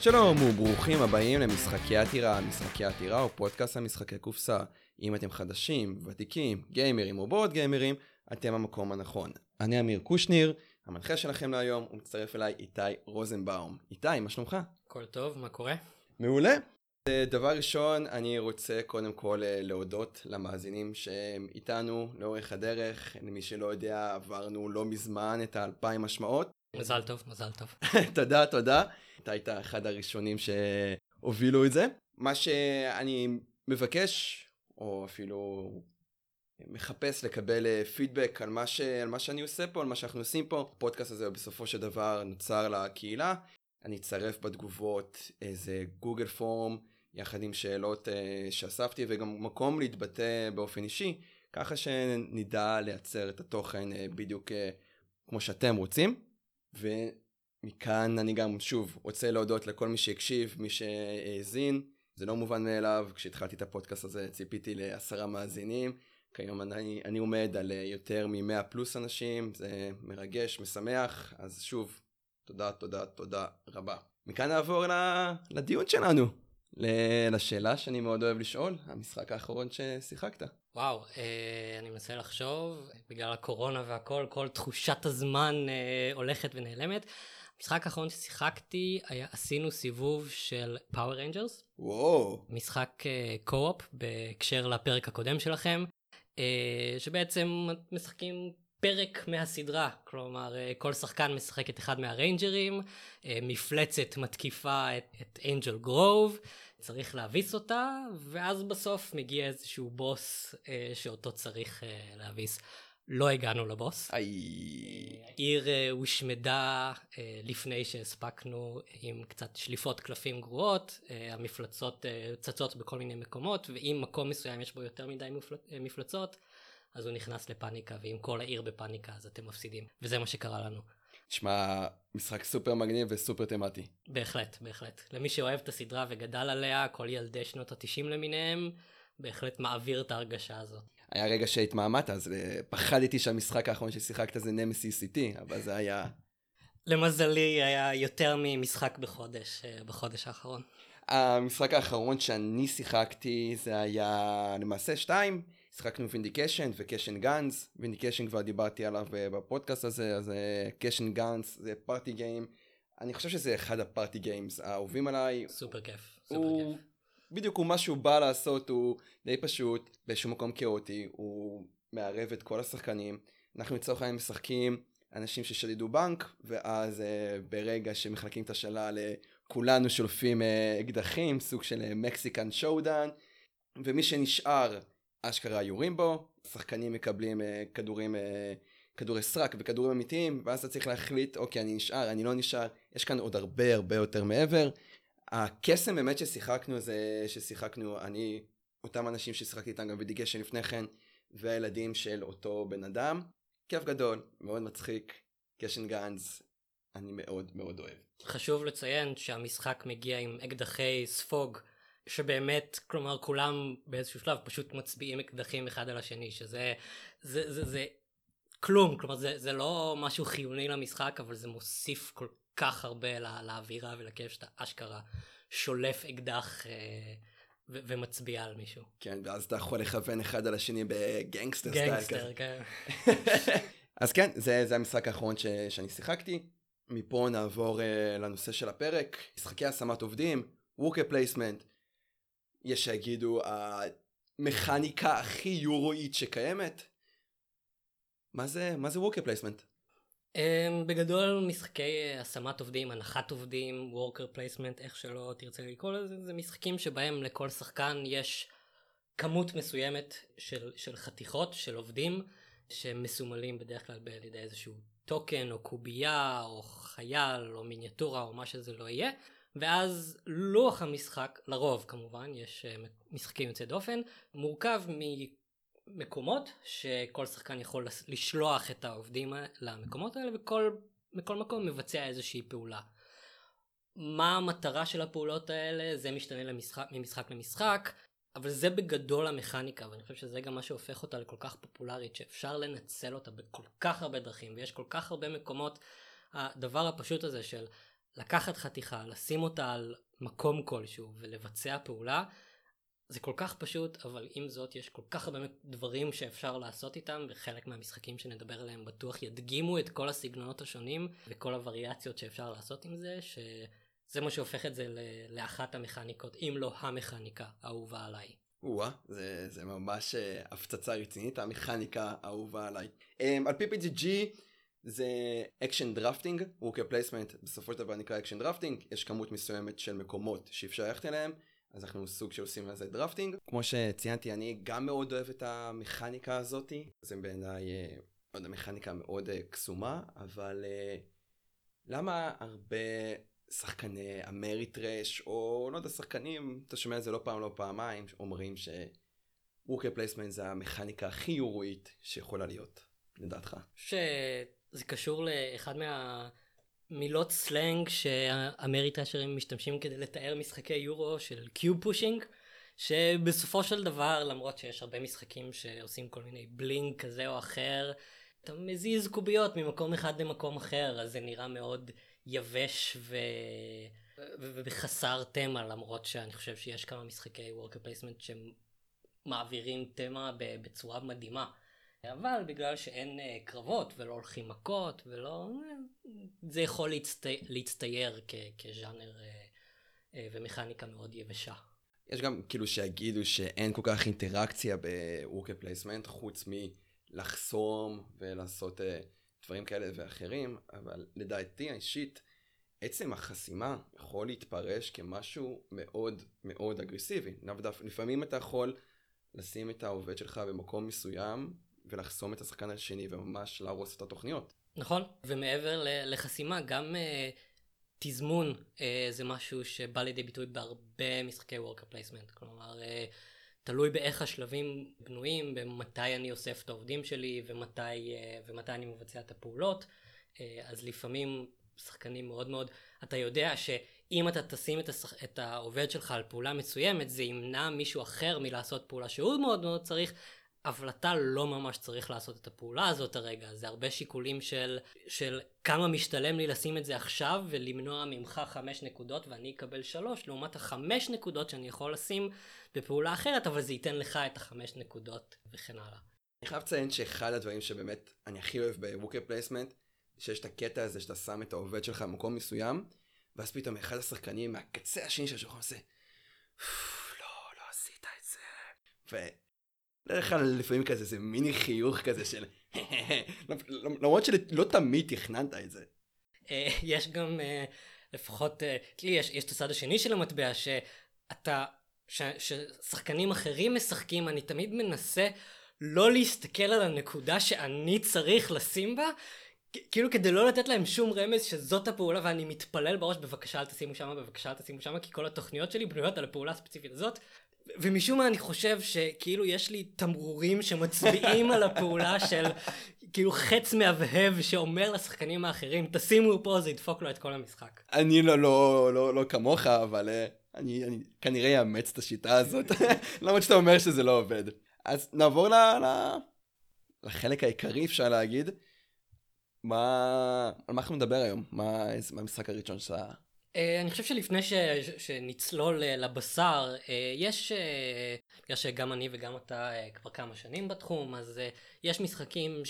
שלום וברוכים הבאים למשחקי עתירה. משחקי עתירה הוא פודקאסט על משחקי קופסה. אם אתם חדשים, ותיקים, גיימרים או בורד גיימרים, אתם המקום הנכון. אני אמיר קושניר, המנחה שלכם להיום, ומצטרף אליי איתי רוזנבאום. איתי, מה שלומך? הכל טוב, מה קורה? מעולה. דבר ראשון, אני רוצה קודם כל להודות למאזינים שהם איתנו לאורך הדרך. למי שלא יודע, עברנו לא מזמן את 2,000 משמעות. מזל טוב, מזל טוב. תודה, תודה. אתה היית אחד הראשונים שהובילו את זה. מה שאני מבקש, או אפילו מחפש לקבל פידבק על מה שאני עושה פה, על מה שאנחנו עושים פה. הפודקאסט הזה בסופו של דבר נוצר לקהילה. אני אצרף בתגובות איזה גוגל פורם, יחד עם שאלות שאספתי, וגם מקום להתבטא באופן אישי, ככה שנדע לייצר את התוכן בדיוק כמו שאתם רוצים. ומכאן אני גם שוב רוצה להודות לכל מי שהקשיב, מי שהאזין. זה לא מובן מאליו, כשהתחלתי את הפודקאסט הזה ציפיתי ל10 מאזינים, כיום אני עומד על יותר מ100 פלוס אנשים, זה מרגש, משמח, אז שוב, תודה, תודה, תודה רבה. מכאן נעבור לדיון שלנו, לשאלה שאני מאוד אוהב לשאול, המשחק האחרון ששיחקת. וואו, אני מנסה לחשוב, בגלל הקורונה והכל, כל תחושת הזמן הולכת ונעלמת. המשחק האחרון ששיחקתי, עשינו סיבוב של פאוור ריינג'רס. וואו. משחק קו-אופ, בהקשר לפרק הקודם שלכם, שבעצם משחקים פרק מהסדרה, כלומר כל שחקן משחק את אחד מהריינג'רים, מפלצת מתקיפה את אנג'ל גרוב, צריך להביס אותה, ואז בסוף מגיע איזשהו בוס שאותו צריך להביס. לא הגענו לבוס. העיר הושמדה לפני שהספקנו עם קצת שליפות קלפים גרועות, המפלצות צצות בכל מיני מקומות, ואם מקום מסוים יש בו יותר מדי מפלצות, אז הוא נכנס לפאניקה, ואם כל העיר בפאניקה, אז אתם מפסידים. וזה מה שקרה לנו. תשמע, משחק סופר מגניב וסופר תמטי. בהחלט, בהחלט. למי שאוהב את הסדרה וגדל עליה, כל ילדי שנות ה-90 למיניהם, בהחלט מעביר את ההרגשה הזאת. היה רגע שהתמהמת, אז פחדתי שהמשחק האחרון ששיחקת זה נמסיס איתי, אבל זה היה... למזלי היה יותר ממשחק בחודש האחרון. המשחק האחרון שאני שיחקתי זה היה למעשה 2, שיחקנו וינדיקשן וקשן גאנס. וינדיקשן כבר דיברתי עליו בפודקאסט הזה, אז קשן גאנס זה פארטי גיים. אני חושב שזה אחד הפארטי גיימס האהובים עליי. סופר כיף, סופר כיף. בדיוק הוא מה שהוא בא לעשות, הוא די פשוט, באיזשהו מקום כאוטי, הוא מערב את כל השחקנים. אנחנו לצורך העניין משחקים אנשים ששדדו בנק, ואז ברגע שמחלקים את השלל, כולנו שולפים אקדחים, סוג של מקסיקן שואודן, ומי שנשאר אשכרה יורים בו, שחקנים מקבלים כדורי סרק וכדורים אמיתיים, ואז אתה צריך להחליט, אוקיי, אני נשאר, אני לא נשאר, יש כאן עוד הרבה הרבה יותר מעבר. הקסם באמת ששיחקנו זה ששיחקנו, אותם אנשים ששיחקתי איתם גם וינדיקשן לפני כן, והילדים של אותו בן אדם. כיף גדול, מאוד מצחיק, קשן גאנס, אני מאוד מאוד אוהב. חשוב לציין שהמשחק מגיע עם אקדחי ספוג, שבאמת, כלומר, כולם באיזשהו שלב פשוט מצביעים אקדחים אחד על השני, שזה זה כלום, כלומר, זה לא משהו חיוני למשחק, אבל זה מוסיף כל כך הרבה לאווירה ולכיף שאתה אשכרה שולף אקדח ומצביע על מישהו. כן, ואז אתה יכול לכוון אחד על השני בגנגסטר סטייל כזה. גנגסטר, כן. אז כן, זה המשחק האחרון שאני שיחקתי. מפה נעבור לנושא של הפרק, משחקי השמת עובדים, worker placement. יש שיגידו המכניקה הכי יורואית שקיימת. מה זה worker placement? בגדול משחקי השמת עובדים, הנחת עובדים, worker placement, איך שלא תרצה לקרוא לזה, זה משחקים שבהם לכל שחקן יש כמות מסוימת של חתיכות, של עובדים, שמסומלים בדרך כלל על ידי איזשהו טוקן או קובייה או חייל או מיניאטורה או מה שזה לא יהיה. ואז לוח המשחק, לרוב כמובן, יש משחקים יוצא דופן, מורכב מקומות שכל שחקן יכול לשלוח את העובדים למקומות האלה, וכל מקום מבצע איזושהי פעולה. מה המטרה של הפעולות האלה? זה משתנה ממשחק למשחק, אבל זה בגדול המכניקה, ואני חושב שזה גם מה שהופך אותה לכל כך פופולרית, שאפשר לנצל אותה בכל כך הרבה דרכים, ויש כל כך הרבה מקומות. הדבר הפשוט הזה של לקחת חתיכה, לשים אותה על מקום כלשהו ולבצע פעולה, זה כל כך פשוט, אבל עם זאת יש כל כך הרבה דברים שאפשר לעשות איתם, וחלק מהמשחקים שנדבר עליהם בטוח ידגימו את כל הסגנונות השונים וכל הווריאציות שאפשר לעשות עם זה, שזה מה שהופך את זה לאחת המכניקות, אם לא המכניקה האהובה עליי. זה ממש הפצצה רצינית, המכניקה האהובה עליי. על PPGG זה אקשן דרפטינג, וורקר פלייסמנט בסופו של דבר נקרא אקשן דרפטינג, יש כמות מסוימת של מקומות שאפשר ללכת אליהם, אז אנחנו סוג שעושים לזה דרפטינג. כמו שציינתי, אני גם מאוד אוהב את המכניקה הזאת, זה בעיניי עוד המכניקה מאוד קסומה, אבל למה הרבה שחקני אמריטרש, או לא יודע, שחקנים, אתה שומע את זה לא פעם לא פעמיים, אומרים שוורקר פלייסמנט זה המכניקה הכי יורואית שיכולה להיות, לדעתך? שזה קשור לאחד מילות סלנג שהאמריטרשרים משתמשים כדי לתאר משחקי יורו של קיוב פושינג, שבסופו של דבר, למרות שיש הרבה משחקים שעושים כל מיני בלינק כזה או אחר, אתה מזיז קוביות ממקום אחד למקום אחר, אז זה נראה מאוד יבש וחסר תמה, למרות שאני חושב שיש כמה משחקי וורקר פלייסמנט שמעבירים תמה בצורה מדהימה. אבל בגלל שאין קרבות ולא הולכים מכות ולא, זה יכול להצטייר כז'אנר ומכניקה מאוד יבשה. יש גם כאילו שיגידו שאין כל כך אינטראקציה בוורקר פלייסמנט חוץ מלחסום ולעשות דברים כאלה ואחרים, אבל לדעתי האישית עצם החסימה יכול להתפרש כמשהו מאוד מאוד אגרסיבי. לפעמים אתה יכול לשים את העובד שלך במקום מסוים ולחסום את השחקן השני וממש להרוס את התוכניות. נכון, ומעבר לחסימה, גם תזמון זה משהו שבא לידי ביטוי בהרבה משחקי וורקר פלייסמנט. כלומר, תלוי באיך השלבים בנויים, במתי אני אוסף את העובדים שלי ומתי אני מבצע את הפעולות. אז לפעמים שחקנים מאוד מאוד, אתה יודע שאם אתה תשים את העובד שלך על פעולה מסוימת, זה ימנע מישהו אחר מלעשות פעולה שהוא מאוד מאוד צריך, אבל אתה לא ממש צריך לעשות את הפעולה הזאת הרגע. זה הרבה שיקולים של כמה משתלם לי לשים את זה עכשיו ולמנוע ממך 5 נקודות ואני אקבל 3 לעומת ה5 נקודות שאני יכול לשים בפעולה אחרת, אבל זה ייתן לך את ה5 נקודות וכן הלאה. אני חייב לציין שאחד הדברים שבאמת אני הכי אוהב בוורקר פלייסמנט, שיש את הקטע הזה שאתה שם את העובד שלך במקום מסוים, ואז פתאום אחד השחקנים מהקצה השני של השולחן עושה, לא עשית את זה. בדרך כלל לפעמים כזה, זה מיני חיוך כזה של למרות שלא תמיד תכננת את זה. יש גם לפחות, יש את הצד השני של המטבע, ששחקנים אחרים משחקים, אני תמיד מנסה לא להסתכל על הנקודה שאני צריך לשים בה, כאילו כדי לא לתת להם שום רמז שזאת הפעולה, ואני מתפלל בראש, בבקשה אל תשימו שמה, בבקשה אל תשימו שמה, כי כל התוכניות שלי בנויות על הפעולה הספציפית הזאת. ומשום מה אני חושב שכאילו יש לי תמרורים שמצביעים על הפעולה של כאילו חץ מהבהב שאומר לשחקנים האחרים, תשימו פה, זה ידפוק לו את כל המשחק. אני לא כמוך, אבל אני כנראה אאמץ את השיטה הזאת, למרות שאתה אומר שזה לא עובד. אז נעבור לחלק העיקרי, אפשר להגיד, על מה אנחנו נדבר היום? מה המשחק הראשון שאתה... אני חושב שלפני שנצלול לבשר, יש שגם אני וגם אתה כבר כמה שנים בתחום, אז יש משחקים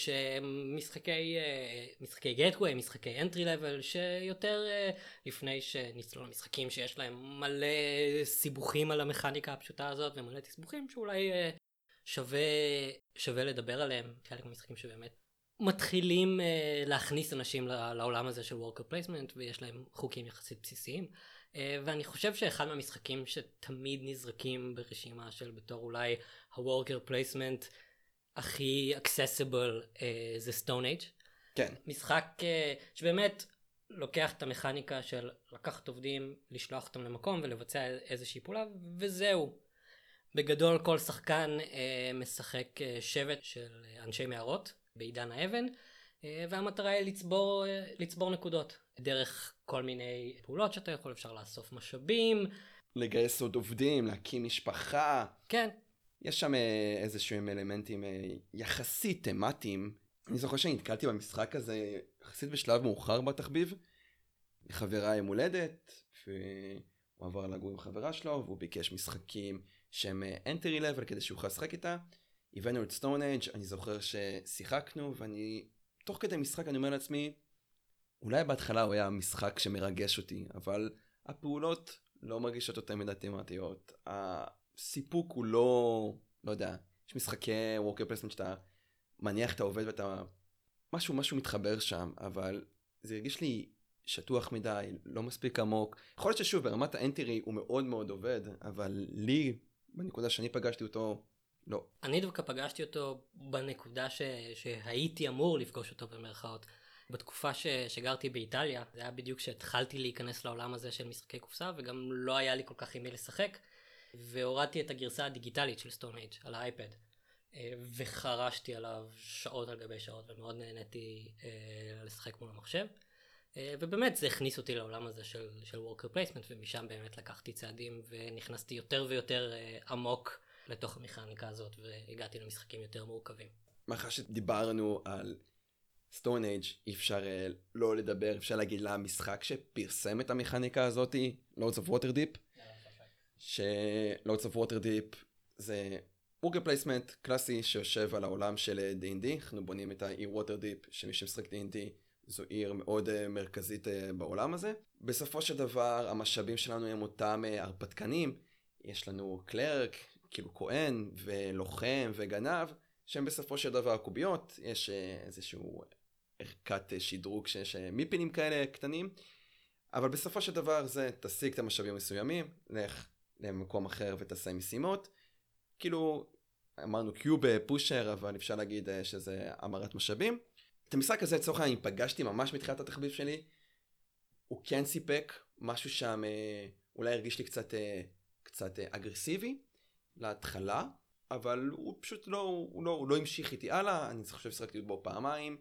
משחקי גייטווי, משחקי אנטרי לבל, שיותר לפני שנצלול למשחקים שיש להם מלא סיבוכים על המכניקה הפשוטה הזאת, ומלא תסבוכים שאולי שווה לדבר עליהם, חלק מהמשחקים שבאמת מתחילים להכניס אנשים לעולם הזה של וורקר פלייסמנט, ויש להם חוקים יחסית בסיסיים. ואני חושב שאחד מהמשחקים שתמיד נזרקים ברשימה של בתור אולי הוורקר פלייסמנט הכי אקססיבל זה סטון אייג'. כן. משחק שבאמת לוקח את המכניקה של לקחת עובדים, לשלוח אותם למקום ולבצע איזושהי פעולה, וזהו. בגדול כל שחקן משחק שבט של אנשי מערות בעידן האבן, והמטרה היא לצבור נקודות דרך כל מיני פעולות שאתה יכול, אפשר לאסוף משאבים, לגייס עוד עובדים, להקים משפחה. כן. יש שם איזשהם אלמנטים יחסית תמטיים. אני זוכר שנתקלתי במשחק הזה יחסית בשלב מאוחר בתחביב, לחברה יום הולדת, והוא עבר לגור עם חברה שלו, והוא ביקש משחקים שהם entry level כדי שהוא יוכל לשחק איתה. הבאנו את סטון אייג', אני זוכר ששיחקנו, ואני, תוך כדי משחק אני אומר לעצמי, אולי בהתחלה הוא היה משחק שמרגש אותי, אבל הפעולות לא מרגישות יותר מדי תמטיות. הסיפוק הוא לא יודע, יש משחקי וורקר פלייסמנט שאתה מניח את העובד ואתה, משהו מתחבר שם, אבל זה הרגיש לי שטוח מדי, לא מספיק עמוק. יכול להיות ששוב, ברמת האנטרי הוא מאוד מאוד עובד, אבל לי, בנקודה שאני פגשתי אותו, לא. אני דווקא פגשתי אותו בנקודה שהייתי אמור לפגוש אותו במרכאות. בתקופה שגרתי באיטליה, זה היה בדיוק שהתחלתי להיכנס לעולם הזה של משחקי קופסה, וגם לא היה לי כל כך עם מי לשחק, והורדתי את הגרסה הדיגיטלית של סטון אייג' על האייפד, וחרשתי עליו שעות על גבי שעות, ומאוד נהניתי לשחק מול המחשב. ובאמת זה הכניס אותי לעולם הזה של worker placement, ומשם באמת לקחתי צעדים ונכנסתי יותר ויותר עמוק לתוך המכניקה הזאת, והגעתי למשחקים יותר מורכבים. מאחר שדיברנו על סטון אייג' אי אפשר לא לדבר, אפשר להגיד לה משחק שפרסם את המכניקה הזאת, Lords of Waterdeep, ש-Lords of Waterdeep זה worker placement קלאסי שיושב על העולם של D&D, אנחנו בונים את העיר ווטרדיפ, שמי שמשחק D&D זו עיר מאוד מרכזית בעולם הזה. בסופו של דבר המשאבים שלנו הם אותם הרפתקנים, יש לנו קלרק, כאילו כהן ולוחם וגנב, שהם בסופו של דבר קוביות, יש איזשהו ערכת שדרוג שיש מיפינים כאלה קטנים, אבל בסופו של דבר זה תשיג את המשאבים מסוימים, לך למקום אחר ותעשה משימות, כאילו אמרנו קיוב פושר, אבל אפשר להגיד שזה אמרת משאבים. את המשחק הזה לצורך אני פגשתי ממש מתחילת התחביב שלי, הוא כן סיפק משהו שם אולי הרגיש לי קצת אגרסיבי להתחלה, אבל הוא פשוט לא המשיך איתי הלאה, אני חושב ששחקתי בו פעמיים,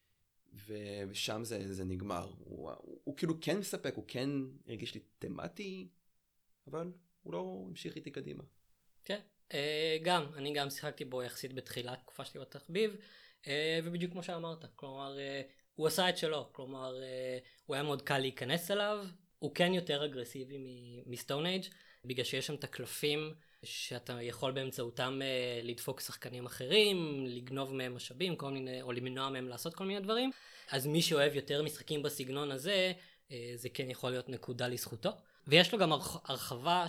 ושם זה נגמר. הוא כאילו כן מספק, הוא כן הרגיש לי תמטי, אבל הוא לא המשיך איתי קדימה. כן, אני גם שיחקתי בו יחסית בתחילת תקופה שלי בתחביב, ובדיוק כמו שאמרת, כלומר, הוא עשה את שלו, כלומר, הוא היה מאוד קל להיכנס אליו, הוא כן יותר אגרסיבי מסטון אייג', בגלל שיש שם את הקלפים שאתה יכול באמצעותם לדפוק שחקנים אחרים, לגנוב מהם משאבים, או למנוע מהם לעשות כל מיני דברים. אז מי שאוהב יותר משחקים בסגנון הזה, זה כן יכול להיות נקודה לזכותו. ויש לו גם הרחבה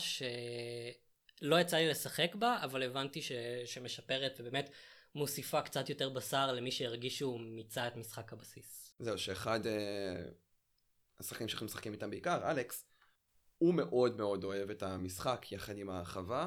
שלא יצא לי לשחק בה, אבל הבנתי שמשפרת ובאמת מוסיפה קצת יותר בשר למי שהרגיש שהוא מיצה את משחק הבסיס. זהו, שאחד השחקנים שאנחנו משחקים איתם בעיקר, אלכס, הוא מאוד מאוד אוהב את המשחק יחד עם ההרחבה,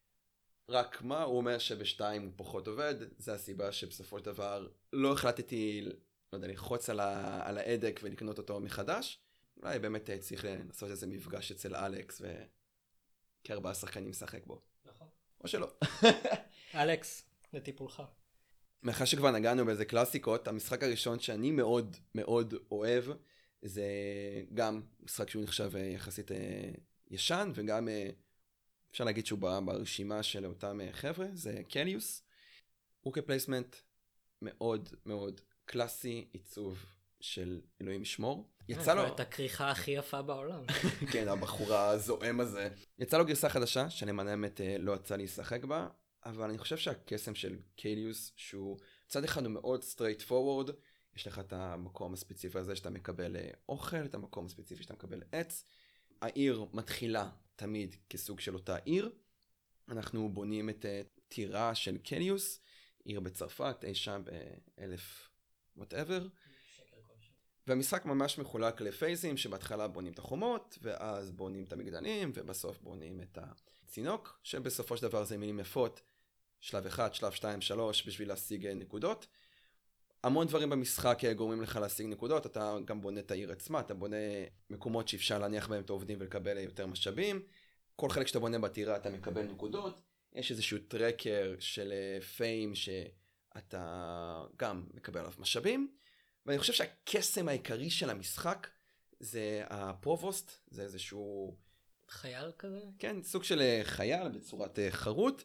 רק מה, הוא אומר שבשתיים הוא פחות עובד, זה הסיבה שבסופו של דבר לא החלטתי, לא יודע, לחוץ על ההדק ולקנות אותו מחדש, אולי באמת צריך לעשות איזה מפגש אצל אלכס וכ4 שחקנים לשחק בו. נכון. או שלא. אלכס, לטיפולך. מאחר שכבר נגענו באיזה קלאסיקות, המשחק הראשון שאני מאוד מאוד אוהב, זה גם משחק שהוא נחשב יחסית ישן, וגם אפשר להגיד שהוא ברשימה של אותם חבר'ה, זה קליוס. worker placement מאוד מאוד קלאסי, עיצוב של אלוהים ישמור. יצא לו... את הכריכה הכי יפה בעולם. כן, הבחורה הזועם הזה. יצא לו גרסה חדשה, שלמען האמת לא יצא לי לשחק בה, אבל אני חושב שהקסם של קליוס, שהוא צד אחד הוא מאוד straight forward, יש לך את המקום הספציפי הזה שאתה מקבל אוכל, את המקום הספציפי שאתה מקבל עץ. העיר מתחילה תמיד כסוג של אותה עיר. אנחנו בונים את טירה של קליוס, עיר בצרפת, אי שם ב-1000 whatever. והמשחק ממש מחולק לפייזים, שבהתחלה בונים את החומות, ואז בונים את המגדלים, ובסוף בונים את הצינוק, שבסופו של דבר זה מילים יפות, שלב 1, שלב 2, 3, בשביל להשיג נקודות. המון דברים במשחק גורמים לך להשיג נקודות, אתה גם בונה את העיר עצמה, אתה בונה מקומות שאפשר להניח בהם את העובדים ולקבל יותר משאבים, כל חלק שאתה בונה בטירה אתה מקבל נקודות, יש איזשהו טרקר של פיים שאתה גם מקבל עליו משאבים, ואני חושב שהקסם העיקרי של המשחק זה הפרובוסט, זה איזשהו... חייל כזה? כן, סוג של חייל בצורת חרוט,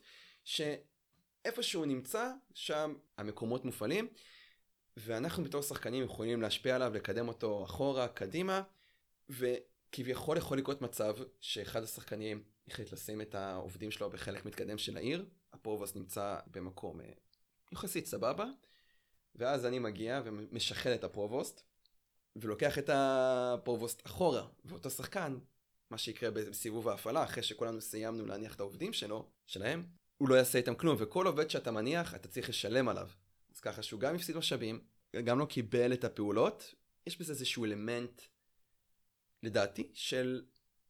שאיפשהו נמצא, שם המקומות מופעלים, ואנחנו בתור שחקנים יכולים להשפיע עליו, לקדם אותו אחורה, קדימה, וכביכול יכול לקרות מצב שאחד השחקנים החליט לשים את העובדים שלו בחלק מתקדם של העיר, הפרובוסט נמצא במקום יחסית סבבה, ואז אני מגיע ומשחל את הפרובוסט, ולוקח את הפרובוסט אחורה, ואותו שחקן, מה שיקרה בסיבוב ההפעלה, אחרי שכולנו סיימנו להניח את העובדים שלהם, הוא לא יעשה איתם כלום, וכל עובד שאתה מניח, אתה צריך לשלם עליו. אז ככה שהוא גם הפסיד משאבים, גם לא קיבל את הפעולות, יש בזה איזשהו אלמנט, לדעתי, של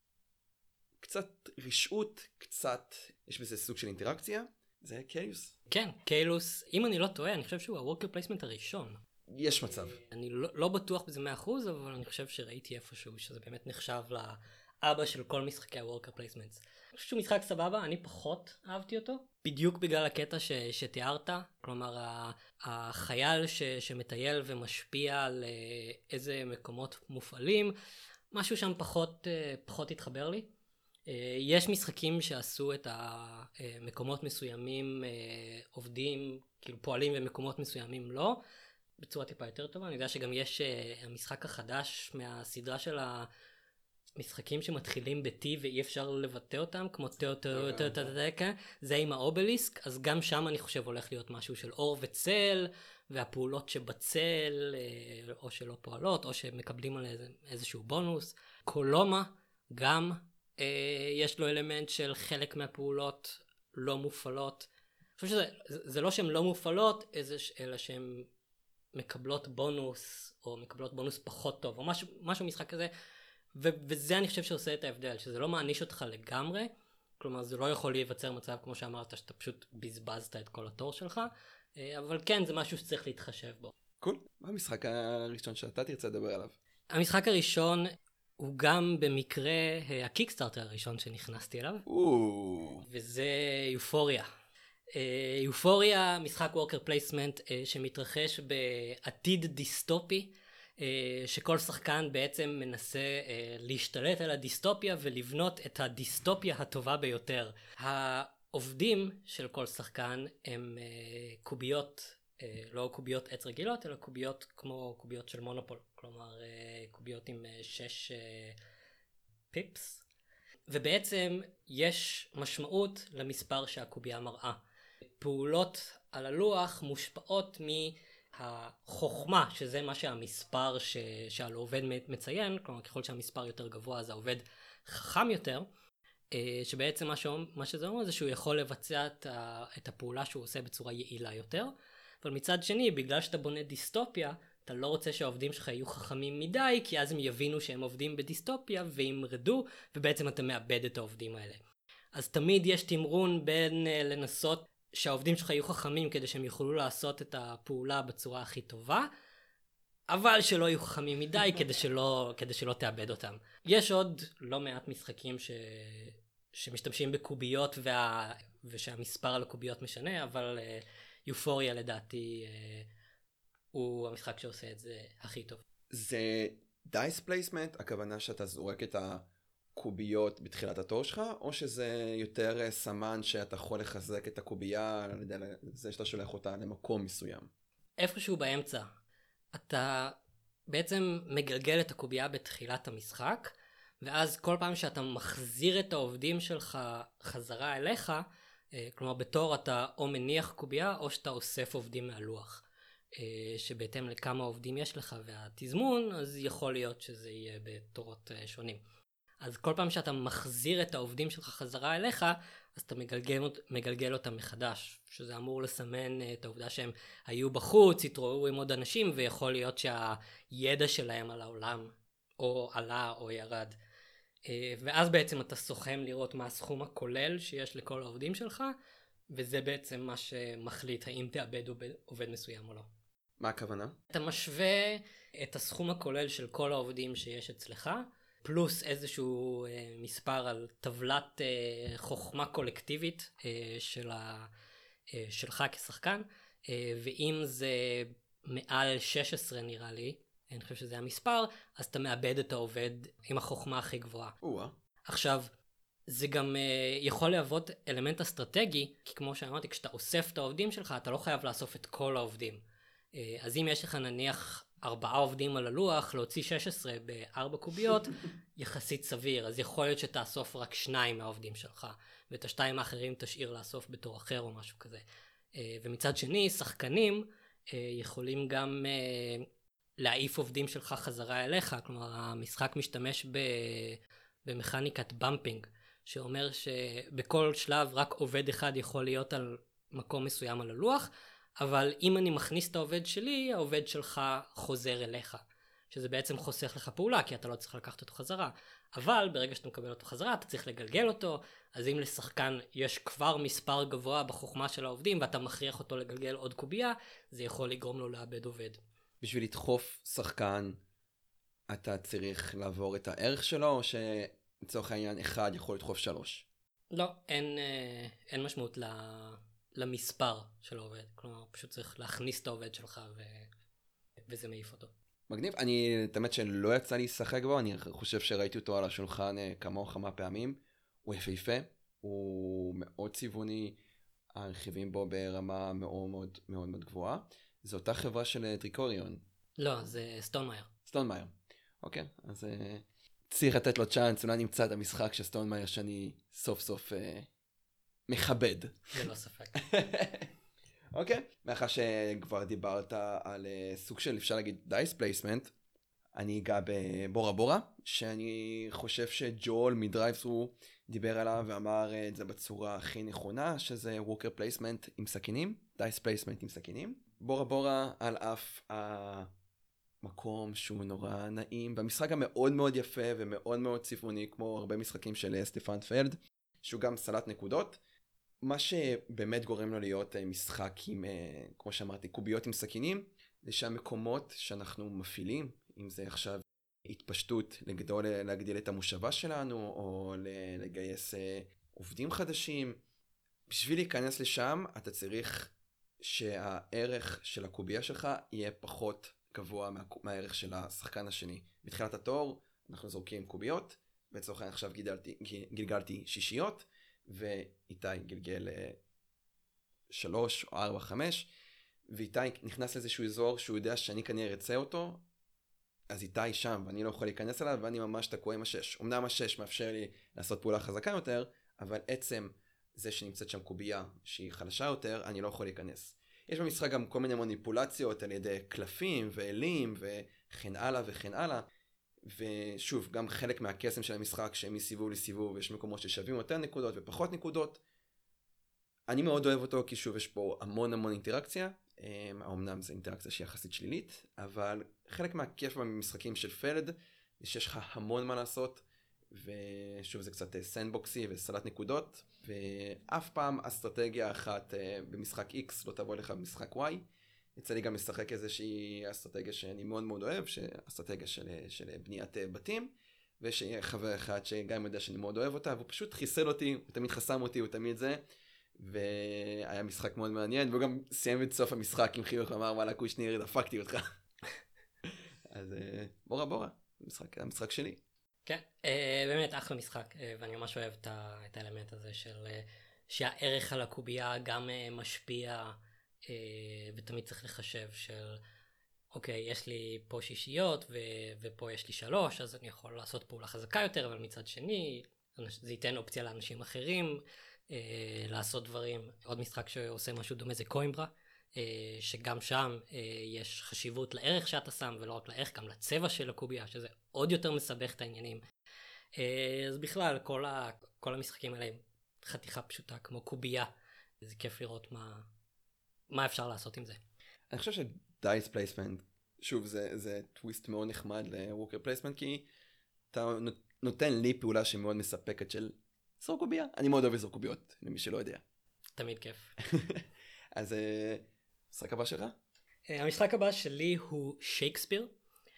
קצת רשעות, קצת, יש בזה סוג של אינטראקציה, זה קיילוס. כן, קיילוס, אם אני לא טועה, אני חושב שהוא הוורקר פלייסמנט הראשון. יש מצב. אני לא בטוח בזה 100%, אבל אני חושב שראיתי איפשהו שזה באמת נחשב לאבא של כל משחקי הוורקר פלייסמנטס. אני חושב שהוא משחק סבבה, אני פחות אהבתי אותו, בדיוק בגלל הקטע שתיארת, כלומר החייל שמטייל ומשפיע על איזה מקומות מופעלים, משהו שם פחות התחבר לי. יש משחקים שעשו את המקומות מסוימים עובדים, כאילו פועלים במקומות מסוימים לא, בצורה טיפה יותר טובה. אני יודע שגם יש המשחק החדש מהסדרה של המשחקים שמתחילים ב-T ואי אפשר לבטא אותם, כמו זה עם האובליסק, אז גם שם אני חושב הולך להיות משהו של אור וצל, והפעולות שבצל או שלא פועלות, או שמקבלים על איזשהו בונוס. קולומה גם יש לו אלמנט של חלק מהפעולות לא מופעלות. אני חושב שזה לא שהן לא מופעלות, אלא שהן מקבלות בונוס, או מקבלות בונוס פחות טוב, או משהו משחק כזה, וזה אני חושב שעושה את ההבדל, שזה לא מעניש אותך לגמרי, כלומר זה לא יכול להיווצר מצב כמו שאמרת, שאתה פשוט בזבזת את כל התור שלך, אבל כן, זה משהו שצריך להתחשב בו. קול, מה המשחק הראשון שאתה תרצה לדבר עליו? המשחק הראשון הוא גם במקרה הקיקסטארטר הראשון שנכנסתי אליו, וזה יופוריה. יופוריה, משחק וורקר פלייסמנט שמתרחש בעתיד דיסטופי, שכל שחקן בעצם מנסה להשתלט על הדיסטופיה ולבנות את הדיסטופיה הטובה ביותר. העובדים של כל שחקן הם קוביות, לא קוביות עץ רגילות, אלא קוביות כמו קוביות של מונופול, כלומר קוביות עם 6 פיפס, ובעצם יש משמעות למספר שהקוביה מראה. פעולות על הלוח מושפעות מהחוכמה, שזה מה שהמספר שעל העובד מציין, כלומר ככל שהמספר יותר גבוה אז העובד חכם יותר, שבעצם מה שזה אומר זה שהוא יכול לבצע את הפעולה שהוא עושה בצורה יעילה יותר, אבל מצד שני, בגלל שאתה בונה דיסטופיה, אתה לא רוצה שהעובדים שלך יהיו חכמים מדי, כי אז הם יבינו שהם עובדים בדיסטופיה וימרדו, ובעצם אתה מאבד את העובדים האלה. אז תמיד יש תמרון בין לנסות שהעובדים שלך יהיו חכמים כדי שהם יוכלו לעשות את הפעולה בצורה הכי טובה, אבל שלא יהיו חכמים מדי כדי שלא תאבד אותם. יש עוד לא מעט משחקים שמשתמשים בקוביות ושהמספר על הקוביות משנה, אבל יופוריה לדעתי הוא המשחק שעושה את זה הכי טוב. זה דייס פלייסמנט, הכוונה שאתה זורק את הקוביות בתחילת התור שלך, או שזה יותר סמן שאתה יכול לחזק את הקובייה, על ידי זה שאתה שולח אותה למקום מסוים? איפשהו באמצע. אתה בעצם מגלגל את הקובייה בתחילת המשחק, ואז כל פעם שאתה מחזיר את העובדים שלך חזרה אליך, כלומר בתור אתה או מניח קובייה או שאתה אוסף עובדים מהלוח, שבהתאם לכמה עובדים יש לך והתזמון, אז יכול להיות שזה יהיה בתורות שונים. אז כל פעם שאתה מחזיר את העובדים שלך חזרה אליך, אז אתה מגלגל אותם מחדש, שזה אמור לסמן את העובדה שהם היו בחוץ, התרואו עם עוד אנשים, ויכול להיות שהידע שלהם על העולם או עלה או ירד. ואז בעצם אתה סוכם לראות מה הסכום הכולל שיש לכל העובדים שלך, וזה בעצם מה שמחליט האם תאבד עובד מסוים או לא. מה הכוונה? אתה משווה את הסכום הכולל של כל העובדים שיש אצלך, פלוס איזשהו מספר על טבלת חוכמה קולקטיבית שלך כשחקן, ואם זה מעל 16 נראה לי, אני חושב שזה המספר, אז אתה מאבד את העובד עם החוכמה הכי גבוהה. עכשיו, זה גם יכול להוות אלמנט אסטרטגי, כי כמו שאמרתי, כשאתה אוסף את העובדים שלך, אתה לא חייב לאסוף את כל העובדים. אז אם יש לך נניח 4 עובדים על הלוח, להוציא 16 ב4 קוביות, יחסית סביר. אז יכול להיות שתאסוף רק 2 מהעובדים שלך, ואת ה2 האחרים תשאיר לאסוף בתור אחר או משהו כזה. ומצד שני, שחקנים יכולים גם להעיף עובדים שלך חזרה אליך. כלומר, המשחק משתמש במכניקת במפינג, שאומר שבכל שלב רק עובד אחד יכול להיות על מקום מסוים על הלוח, אבל אם אני מכניס את העובד שלי, העובד שלך חוזר אליך, שזה בעצם חוסך לך פעולה, כי אתה לא צריך לקחת אותו חזרה. אבל ברגע שאתה מקבל אותו חזרה, אתה צריך לגלגל אותו. אז אם לשחקן יש כבר מספר גבוה בחוכמה של העובדים, ואתה מכריח אותו לגלגל עוד קובייה, זה יכול לגרום לו לאבד עובד. בשביל לדחוף שחקן, אתה צריך לעבור את הערך שלו, או שלצורך העניין אחד יכול לדחוף 3? לא, אין משמעות למספר של העובד. כלומר, פשוט צריך להכניס את העובד שלך וזה מעיף אותו. מגניב. את האמת שלא יצא לי לשחק בו, אני חושב שראיתי אותו על השולחן כמה או כמה פעמים. הוא יפהפה, הוא מאוד צבעוני, הרכיבים בו ברמה מאוד מאוד מאוד מאוד גבוהה. זו אותה חברה של טריקוריון. לא, זה סטונמייר. סטונמייר. אוקיי, אז צריך לתת לו צ'אנס, אולי נמצא את המשחק של סטונמייר שאני סוף סוף מכבד. זה לא ספק. אוקיי, מאחר שכבר דיברת על סוג של, אפשר להגיד, דייס פלייסמנט, אני אגע בבורה בורה, שאני חושב שג'ול מדרייבס הוא דיבר עליו ואמר את זה בצורה הכי נכונה, שזה ווקר פלייסמנט עם סכינים, דייס פלייסמנט עם סכינים. בורה בורה על אף המקום שהוא נורא נעים, והמשחק המאוד מאוד יפה ומאוד מאוד צבעוני, כמו הרבה משחקים של סטפן פלד, שהוא גם סלט נקודות. מה שבאמת גורם לו להיות משחק עם, כמו שאמרתי, קוביות עם סכינים, זה שהמקומות שאנחנו מפעילים, אם זה עכשיו התפשטות להגדיל את המושבה שלנו, או לגייס עובדים חדשים, בשביל להיכנס לשם, אתה צריך שהערך של הקוביה שלך יהיה פחות גבוה מהערך של השחקן השני. בתחילת התור, אנחנו זורקים קוביות, בצורך העניין עכשיו גלגלתי שישיות, ואיתי גלגל 3 או 4, 5, ואיתי נכנס לאיזשהו אזור שהוא יודע שאני כנראה ארצה אותו, אז איתי שם ואני לא יכול להיכנס אליו, ואני ממש תקוע עם 6. אמנם 6 מאפשר לי לעשות פעולה חזקה יותר, אבל עצם זה שנמצאת שם קובייה שהיא חלשה יותר, אני לא יכול להיכנס. יש במשחק גם כל מיני מניפולציות על ידי קלפים ואלים וכן הלאה וכן הלאה, ושוב, גם חלק מהקסם של המשחק שהם מסיבוב לסיבוב, יש מקומות ששווים יותר נקודות ופחות נקודות. אני מאוד אוהב אותו כי שוב יש פה המון אינטראקציה, אמנם זו אינטראקציה שהיא יחסית שלילית, אבל חלק מהכיף במשחקים של פלד זה שיש לך המון מה לעשות, ושוב זה קצת סנדבוקסי וסלט נקודות, ואף פעם אסטרטגיה אחת במשחק X לא תבוא לך במשחק Y. יצא לי גם לשחק איזושהי אסטרטגיה שאני מאוד מאוד אוהב, אסטרטגיה של בניית בתים, ויש חבר אחד שגם יודע שאני מאוד אוהב אותה, והוא פשוט חיסל אותי, הוא תמיד חסם אותי, הוא תמיד זה, והיה משחק מאוד מעניין, והוא גם סיים את סוף המשחק עם חיוך, אמר, וואלה קושניר, דפקתי אותך. אז בורה בורה, המשחק שלי. כן, באמת אחלה משחק, ואני ממש אוהב את האלמנט הזה של שהערך על הקובייה גם משפיע, ותמיד צריך לחשב של אוקיי, יש לי פה שישיות ופה יש לי 3, אז אני יכול לעשות פעולה חזקה יותר, אבל מצד שני זה ייתן אופציה לאנשים אחרים לעשות דברים. עוד משחק שעושה משהו דומה זה קוימברה, שגם שם יש חשיבות לערך שאתה שם, ולא רק לערך, גם לצבע של הקוביה, שזה עוד יותר מסבך את העניינים. אז בכלל כל המשחקים האלה הם חתיכה פשוטה כמו קוביה, זה כיף לראות מה אפשר לעשות עם זה. אני חושב שדייס פלייסמנט, שוב זה טוויסט מאוד נחמד לווקר פלייסמנט, כי אתה נותן לי פעולה שמאוד מספקת של זרוק קוביה. אני מאוד אוהב לזרוק קוביות, למי שלא יודע. תמיד כיף. אז המשחק הבא שלך? המשחק הבא שלי הוא שייקספיר.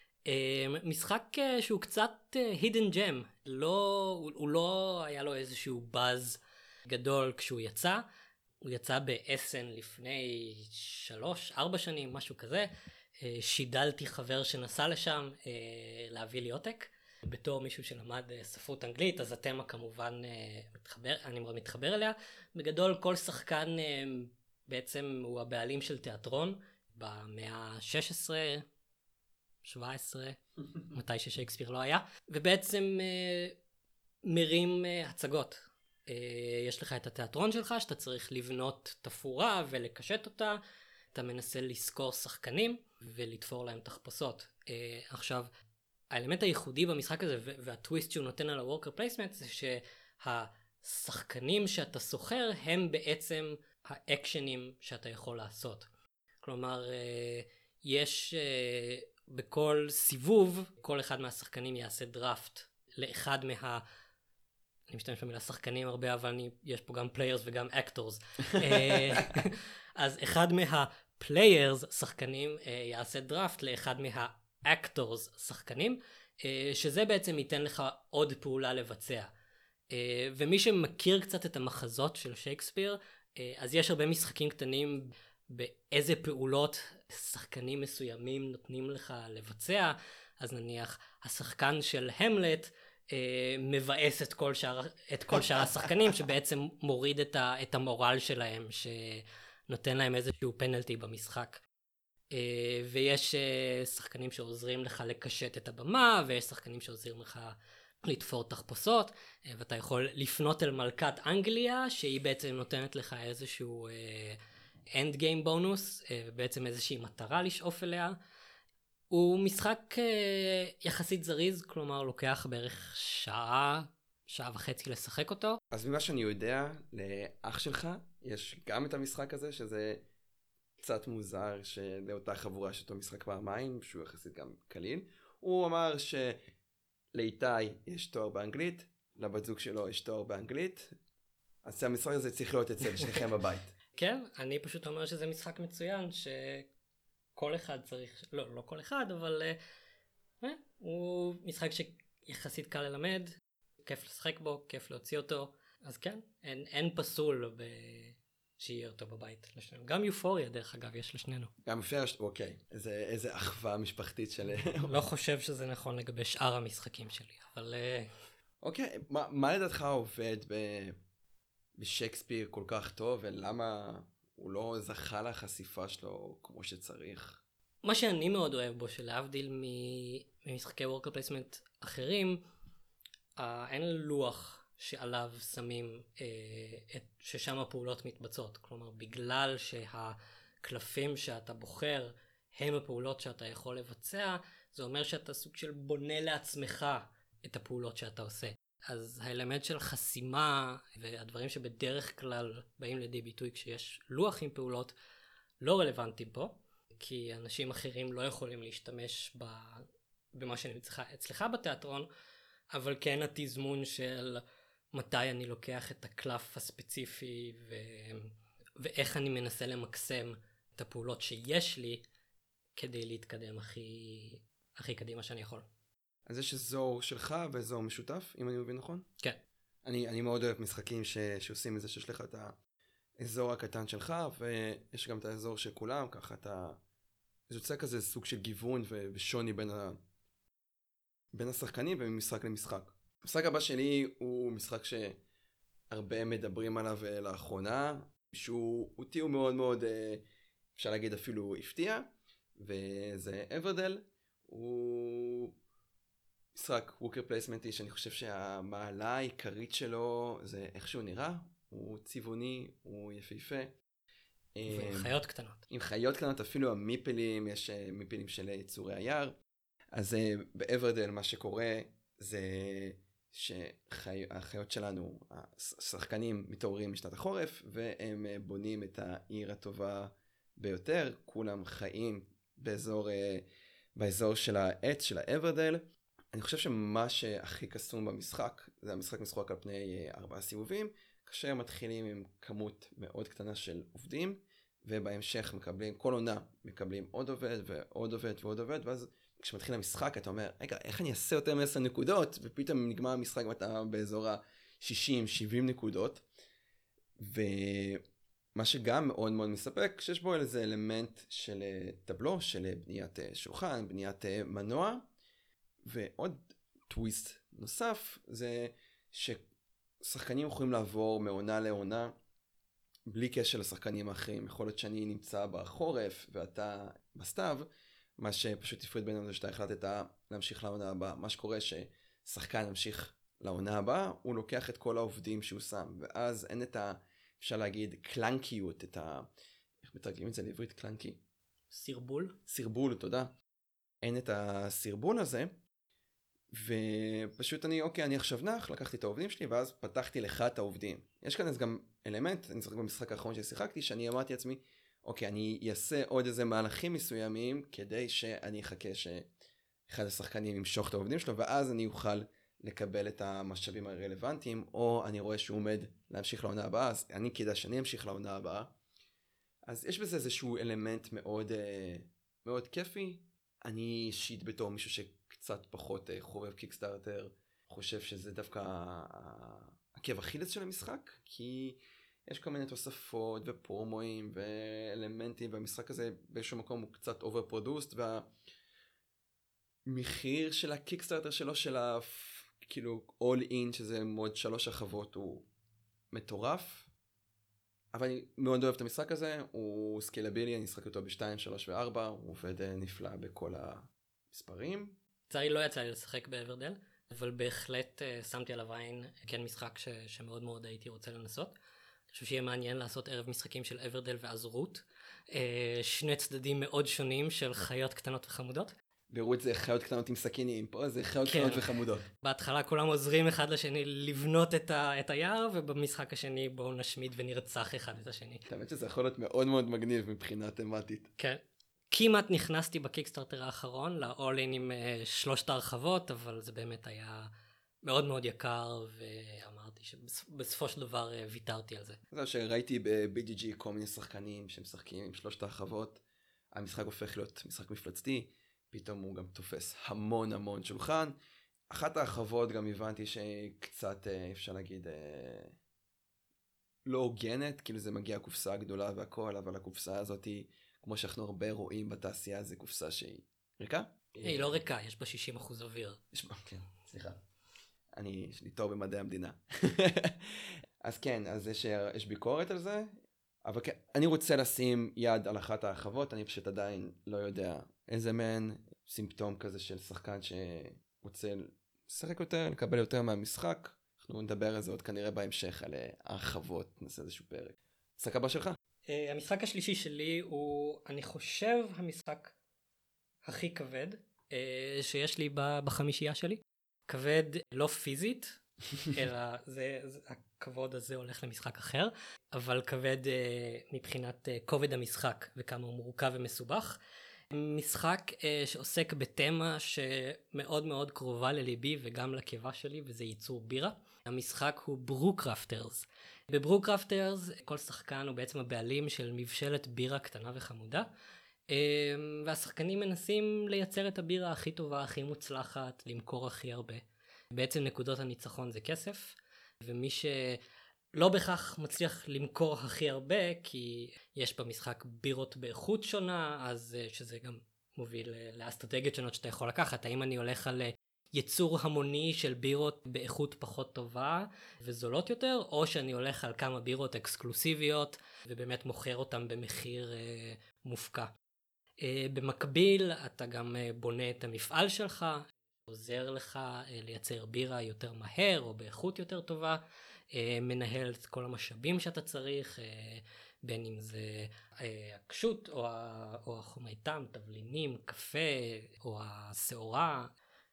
משחק שהוא קצת hidden gem. הוא לא היה לו איזשהו באז גדול כשהוא יצא. הוא יצא באסן לפני 3-4 שנים, משהו כזה. שידלתי חבר שנסע לשם להביא לי עותק. בתור מישהו שלמד ספרות אנגלית, אז התמה כמובן אני מאוד מתחבר אליה. בגדול כל שחקן בעצם הוא הבעלים של תיאטרון במאה ה-16, 17, מתי ששייקספיר לא היה, ובעצם מרים הצגות. יש לך את התיאטרון שלך שאתה צריך לבנות תפאורה ולקשט אותה, אתה מנסה לזכור שחקנים ולתפור להם תחפושות. עכשיו, האלמנט הייחודי במשחק הזה והטוויסט שהוא נותן על ה-worker placement זה שהשחקנים שאתה שוכר הם בעצם האקשנים שאתה יכול לעשות. כלומר, יש בכל סיבוב, כל אחד מהשחקנים יעשה דראפט לאחד אני משתמש במילה שחקנים הרבה, אבל יש פה גם פליירס וגם אקטורס. אז אחד מהפליירס, שחקנים, יעשה דראפט לאחד מהאקטורס, שחקנים, שזה בעצם ייתן לך עוד פעולה לבצע. ומי שמכיר קצת את המחזות של שייקספיר, אז יש הרבה משחקים קטנים באיזה פעולות שחקנים מסוימים נותנים לך לבצע. אז נניח השחקן של המלט מבאס את כל שאר השחקנים, שבעצם מוריד את המורל שלהם, שנותן להם איזשהו פנלטי במשחק. ויש שחקנים שעוזרים לך לקשט את הבמה, ויש שחקנים שעוזרים לך לתפור תחפושות, ואתה יכול לפנות אל מלכת אנגליה, שהיא בעצם נותנת לך איזשהו אנד גיים בונוס, ובעצם איזושהי מטרה לשאוף אליה. הוא משחק יחסית זריז, כלומר לוקח בערך שעה וחצי לשחק אותו. אז ממה שאני יודע, לאח שלך יש גם את המשחק הזה, שזה קצת מוזר שלאותה חבורה שאותו משחק פעמיים, שהוא יחסית גם קליל. הוא אמר שלאיתי יש תואר באנגלית, לבת זוג שלו יש תואר באנגלית, אז המשחק הזה צריך להיות אצל שניכם בבית. כן, אני פשוט אומר שזה משחק מצוין, כל אחד צריך, לא כל אחד, אבל הוא משחק שיחסית קל ללמד, כיף לשחק בו, כיף להוציא אותו, אז כן, אין פסול שיהיה אותו בבית לשנינו. גם יופוריה דרך אגב יש לשנינו. גם יופוריה, אוקיי, איזה אחווה משפחתית של... לא חושב שזה נכון לגבי שאר המשחקים שלי, אבל... אוקיי, מה לדעתך עובד בשייקספיר כל כך טוב, ולמה... הוא לא זכה לחשיפה שלו כמו שצריך? מה שאני מאוד אוהב בו, שלהבדיל ממשחקי worker placement אחרים, אין לוח שעליו שמים, ששם הפעולות מתבצעות. כלומר, בגלל שהקלפים שאתה בוחר הם הפעולות שאתה יכול לבצע, זה אומר שאתה סוג של בונה לעצמך את הפעולות שאתה עושה. אז האלמנט של חסימה והדברים שבדרך כלל באים לידי ביטוי כשיש לוח עם פעולות לא רלוונטיים פה, כי אנשים אחרים לא יכולים להשתמש במה שנמצא אצלך בתיאטרון, אבל כן התזמון של מתי אני לוקח את הקלף הספציפי ואיך אני מנסה למקסם את הפעולות שיש לי כדי להתקדם הכי קדימה שאני יכול. אז יש אזור שלך ואזור משותף, אם אני מבין נכון? כן. אני מאוד אוהב משחקים שעושים את זה, שיש לך את האזור הקטן שלך, ויש גם את האזור של כולם, ככה זה יוצא כזה סוג של גיוון ושוני בין השחקנים וממשחק למשחק. המשחק הבא שלי הוא משחק שהרבה מדברים עליו לאחרונה, שהוא אותי הוא מאוד מאוד, אפשר להגיד אפילו הפתיע, וזה אברדל. הוא משחק ווקר פלייסמנטי שאני חושב שהמעלה העיקרית שלו זה איך שהוא נראה, הוא צבעוני, הוא יפהפה. ועם חיות קטנות. עם חיות קטנות, אפילו המיפלים, יש מיפלים של יצורי היער. אז באברדל מה שקורה זה שהחיות שלנו, השחקנים מתעוררים משנת החורף, והם בונים את העיר הטובה ביותר, כולם חיים באזור של העץ של האברדל. אני חושב שמה שהכי קסום במשחק, זה המשחק משחק על פני 4 סיבובים, כאשר מתחילים עם כמות מאוד קטנה של עובדים, ובהמשך כל עונה מקבלים עוד עובד ועוד עובד ועוד עובד, ואז כשמתחיל המשחק אתה אומר, רגע, איך אני אעשה יותר מ10 נקודות, ופתאום נגמר המשחק ואתה באזור ה-60-70 נקודות, ומה שגם מאוד מאוד מספק, שיש בו איזה אלמנט של טבלו, של בניית שולחן, בניית מנוע, ועוד טוויסט נוסף, זה ששחקנים יכולים לעבור מעונה לעונה, בלי קשר לשחקנים האחרים. יכול להיות שאני נמצא בחורף ואתה בסתיו, מה שפשוט הפריד בינינו זה שאתה החלטת להמשיך לעונה הבאה. מה שקורה ששחקן ממשיך לעונה הבאה, הוא לוקח את כל העובדים שהוא שם, ואז אין את אפשר להגיד, קלנקיות, איך מתרגלים את זה לעברית קלנקי? סרבול. סרבול, תודה. אין את הסרבול הזה, ופשוט אני עכשיו נח, לקחתי את העובדים שלי, ואז פתחתי לך את העובדים. יש כאן אז גם אלמנט, אני זוכר במשחק האחרון ששיחקתי, שאני אמרתי לעצמי, אני אעשה עוד איזה מהלכים מסוימים, כדי שאני אחכה שאחד השחקנים ימשוך את העובדים שלו, ואז אני אוכל לקבל את המשאבים הרלוונטיים, או אני רואה שהוא עומד להמשיך לעונה הבאה, אז אני כדאי שאני אמשיך לעונה הבאה. אז יש בזה איזשהו אלמנט מאוד, מאוד כיפי. אני אישית בתור מישהו שקצת פחות חובב קיקסטארטר, חושב שזה דווקא עקב אכילס של המשחק, כי יש כל מיני תוספות ופרומואים ואלמנטים, והמשחק הזה באיזשהו מקום הוא קצת אוברפרודוסט, והמחיר של הקיקסטארטר שלו, כאילו all in, שזה מוד 3 הרחבות, הוא מטורף. אבל אני מאוד אוהב את המשחק הזה, הוא סקלבילי, אני אשחק אותו ב-2, 3 ו-4, הוא עובד נפלא בכל המספרים. לצערי לא יצא לי לשחק באברדל, אבל בהחלט שמתי עליו עין, כן משחק שמאוד מאוד הייתי רוצה לנסות. אני חושב שיהיה מעניין לעשות ערב משחקים של אברדל ואז רות, שני צדדים מאוד שונים של חיות קטנות וחמודות. ברות זה חיות קטנות עם סכינים, פה זה חיות קטנות וחמודות. בהתחלה כולם עוזרים אחד לשני לבנות את היער, ובמשחק השני בואו נשמיד ונרצח אחד את השני. האמת שזה יכול להיות מאוד מאוד מגניב מבחינה תמטית. כן. כמעט נכנסתי בקיקסטארטר האחרון, ל-all-in עם 3 הרחבות, אבל זה באמת היה מאוד מאוד יקר, ואמרתי שבסופו של דבר ויתרתי על זה. זה שראיתי ב-BGG כל מיני שחקנים שמשחקים עם 3 הרחבות, המשחק הופך להיות משחק מפלצתי, פתאום הוא גם תופס המון המון שולחן. אחת ההרחבות גם הבנתי שקצת אפשר להגיד לא הוגנת, כאילו זה מגיע קופסה גדולה והכל, אבל הקופסה הזאת היא, כמו שאנחנו הרבה רואים בתעשייה, זה קופסה שהיא ריקה. היא לא ריקה, יש בה 60% אוויר. כן, סליחה. יש לי תואר במדעי המדינה. אז כן, אז יש ביקורת על זה, אבל כן, אני רוצה לשים יד על אחת ההרחבות, אני פשוט עדיין לא יודע איזה מהן, סימפטום כזה של שחקן שרוצה לשחק יותר, לקבל יותר מהמשחק. אנחנו נדבר על זה עוד כנראה בהמשך, על ההרחבות, נעשה איזשהו פרק. המשחק הבא שלך? המשחק השלישי שלי הוא, אני חושב, המשחק הכי כבד שיש לי בחמישייה שלי. כבד לא פיזית, אלא הכבוד הזה הולך למשחק אחר, אבל כבד מבחינת כובד המשחק וכמה הוא מורכב ומסובך. משחק שעוסק בתמה שמאוד מאוד קרובה לליבי וגם לקיבה שלי, וזה ייצור בירה. המשחק הוא ברוקראפטרס. בברוקראפטרס כל שחקן הוא בעצם הבעלים של מבשלת בירה קטנה וחמודה, והשחקנים מנסים לייצר את הבירה הכי טובה, הכי מוצלחת, למכור הכי הרבה. בעצם נקודות הניצחון זה כסף, ומי שלא בכך מצליח למכור הכי הרבה, כי יש במשחק בירות באיכות שונה, אז שזה גם מוביל לאסטרטגיות שונות שאתה יכול לקחת. האם אני הולך על יצור המוני של בירות באיכות פחות טובה וזולות יותר, או שאני הולך על כמה בירות אקסקלוסיביות ובאמת מוכר אותם במחיר מופקע. במקביל אתה גם בונה את המפעל שלך, עוזר לך לייצר בירה יותר מהר או באיכות יותר טובה, מנהל את כל המשאבים שאתה צריך, בין אם זה הקשות או החומרי טעם, תבלינים, קפה או השעורה.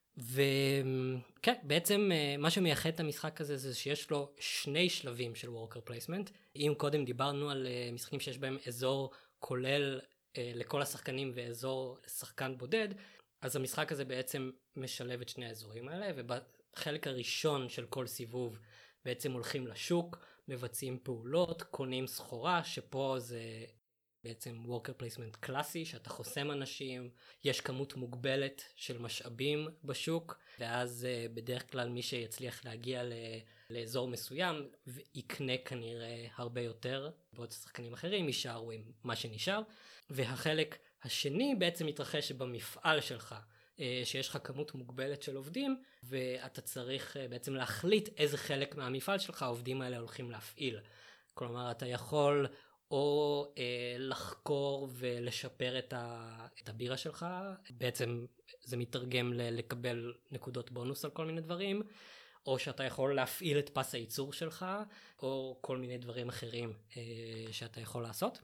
וכן, בעצם מה שמייחד את המשחק הזה זה שיש לו 2 שלבים של worker placement. אם קודם דיברנו על משחקים שיש בהם אזור כולל לכל השחקנים ואזור לשחקן בודד, אז המשחק הזה בעצם משלב את 2 האזורים האלה, ובחלק הראשון של כל סיבוב בעצם הולכים לשוק, מבצעים פעולות, קונים סחורה, שפה זה בעצם worker placement קלאסי, שאתה חוסם אנשים, יש כמות מוגבלת של משאבים בשוק, ואז בדרך כלל מי שיצליח להגיע לאזור מסוים, יקנה כנראה הרבה יותר, בעוד שחקנים אחרים יישארו עם מה שנשאר. והחלק השני בעצם מתרחש במפעל שלך, שיש לך כמות מוגבלת של עובדים, ואתה צריך בעצם להחליט איזה חלק מהמפעל שלך העובדים האלה הולכים להפעיל. כלומר, אתה יכול או לחקור ולשפר את הבירה שלך. בעצם זה מתרגם לקבל נקודות בונוס על כל מיני דברים, או שאתה יכול להפעיל את פס הייצור שלך, או כל מיני דברים אחרים שאתה יכול לעשות.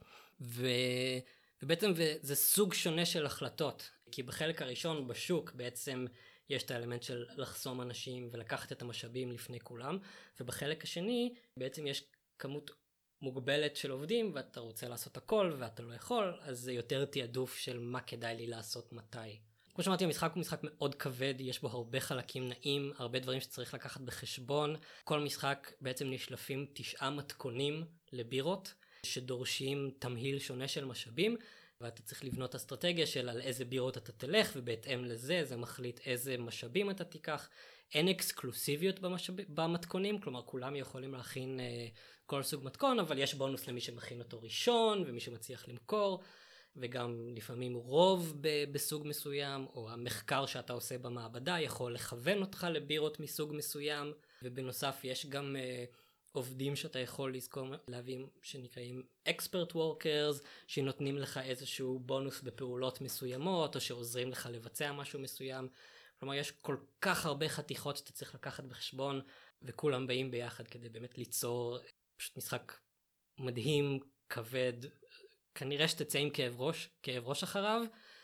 ובעצם זה סוג שונה של החלטות, כי בחלק הראשון בשוק בעצם יש את האלמנט של לחסום אנשים ולקחת את המשאבים לפני כולם, ובחלק השני בעצם יש כמות מוגבלת של עובדים ואתה רוצה לעשות הכל ואתה לא יכול, אז זה יותר תיעדוף של מה כדאי לי לעשות מתי. כמו שאמרתי, המשחק הוא משחק מאוד כבד, יש בו הרבה חלקים נעים, הרבה דברים שצריך לקחת בחשבון. כל משחק בעצם נשלפים 9 מתכונים לבירות שדורשים תמהיל שונה של משאבים, ואתה צריך לבנות אסטרטגיה של על איזה בירות אתה תלך, ובהתאם לזה זה מחליט איזה משאבים אתה תיקח. אין אקסקלוסיביות במתכונים, כלומר כולם יכולים להכין כל סוג מתכון, אבל יש בונוס למי שמכין אותו ראשון ומי שמצליח למכור, וגם לפעמים רוב בסוג מסוים, או המחקר שאתה עושה במעבדה יכול לכוון אותך לבירות מסוג מסוים, ובנוסף יש גם עובדים שאתה יכול לזכור להביא שנקראים expert workers, שנותנים לך איזשהו בונוס בפעולות מסוימות, או שעוזרים לך לבצע משהו מסוים. כלומר, יש כל כך הרבה חתיכות שאתה צריך לקחת בחשבון, וכולם באים ביחד כדי באמת ליצור פשוט משחק מדהים, כבד, כנראה שתצא עם כאב ראש אחריו,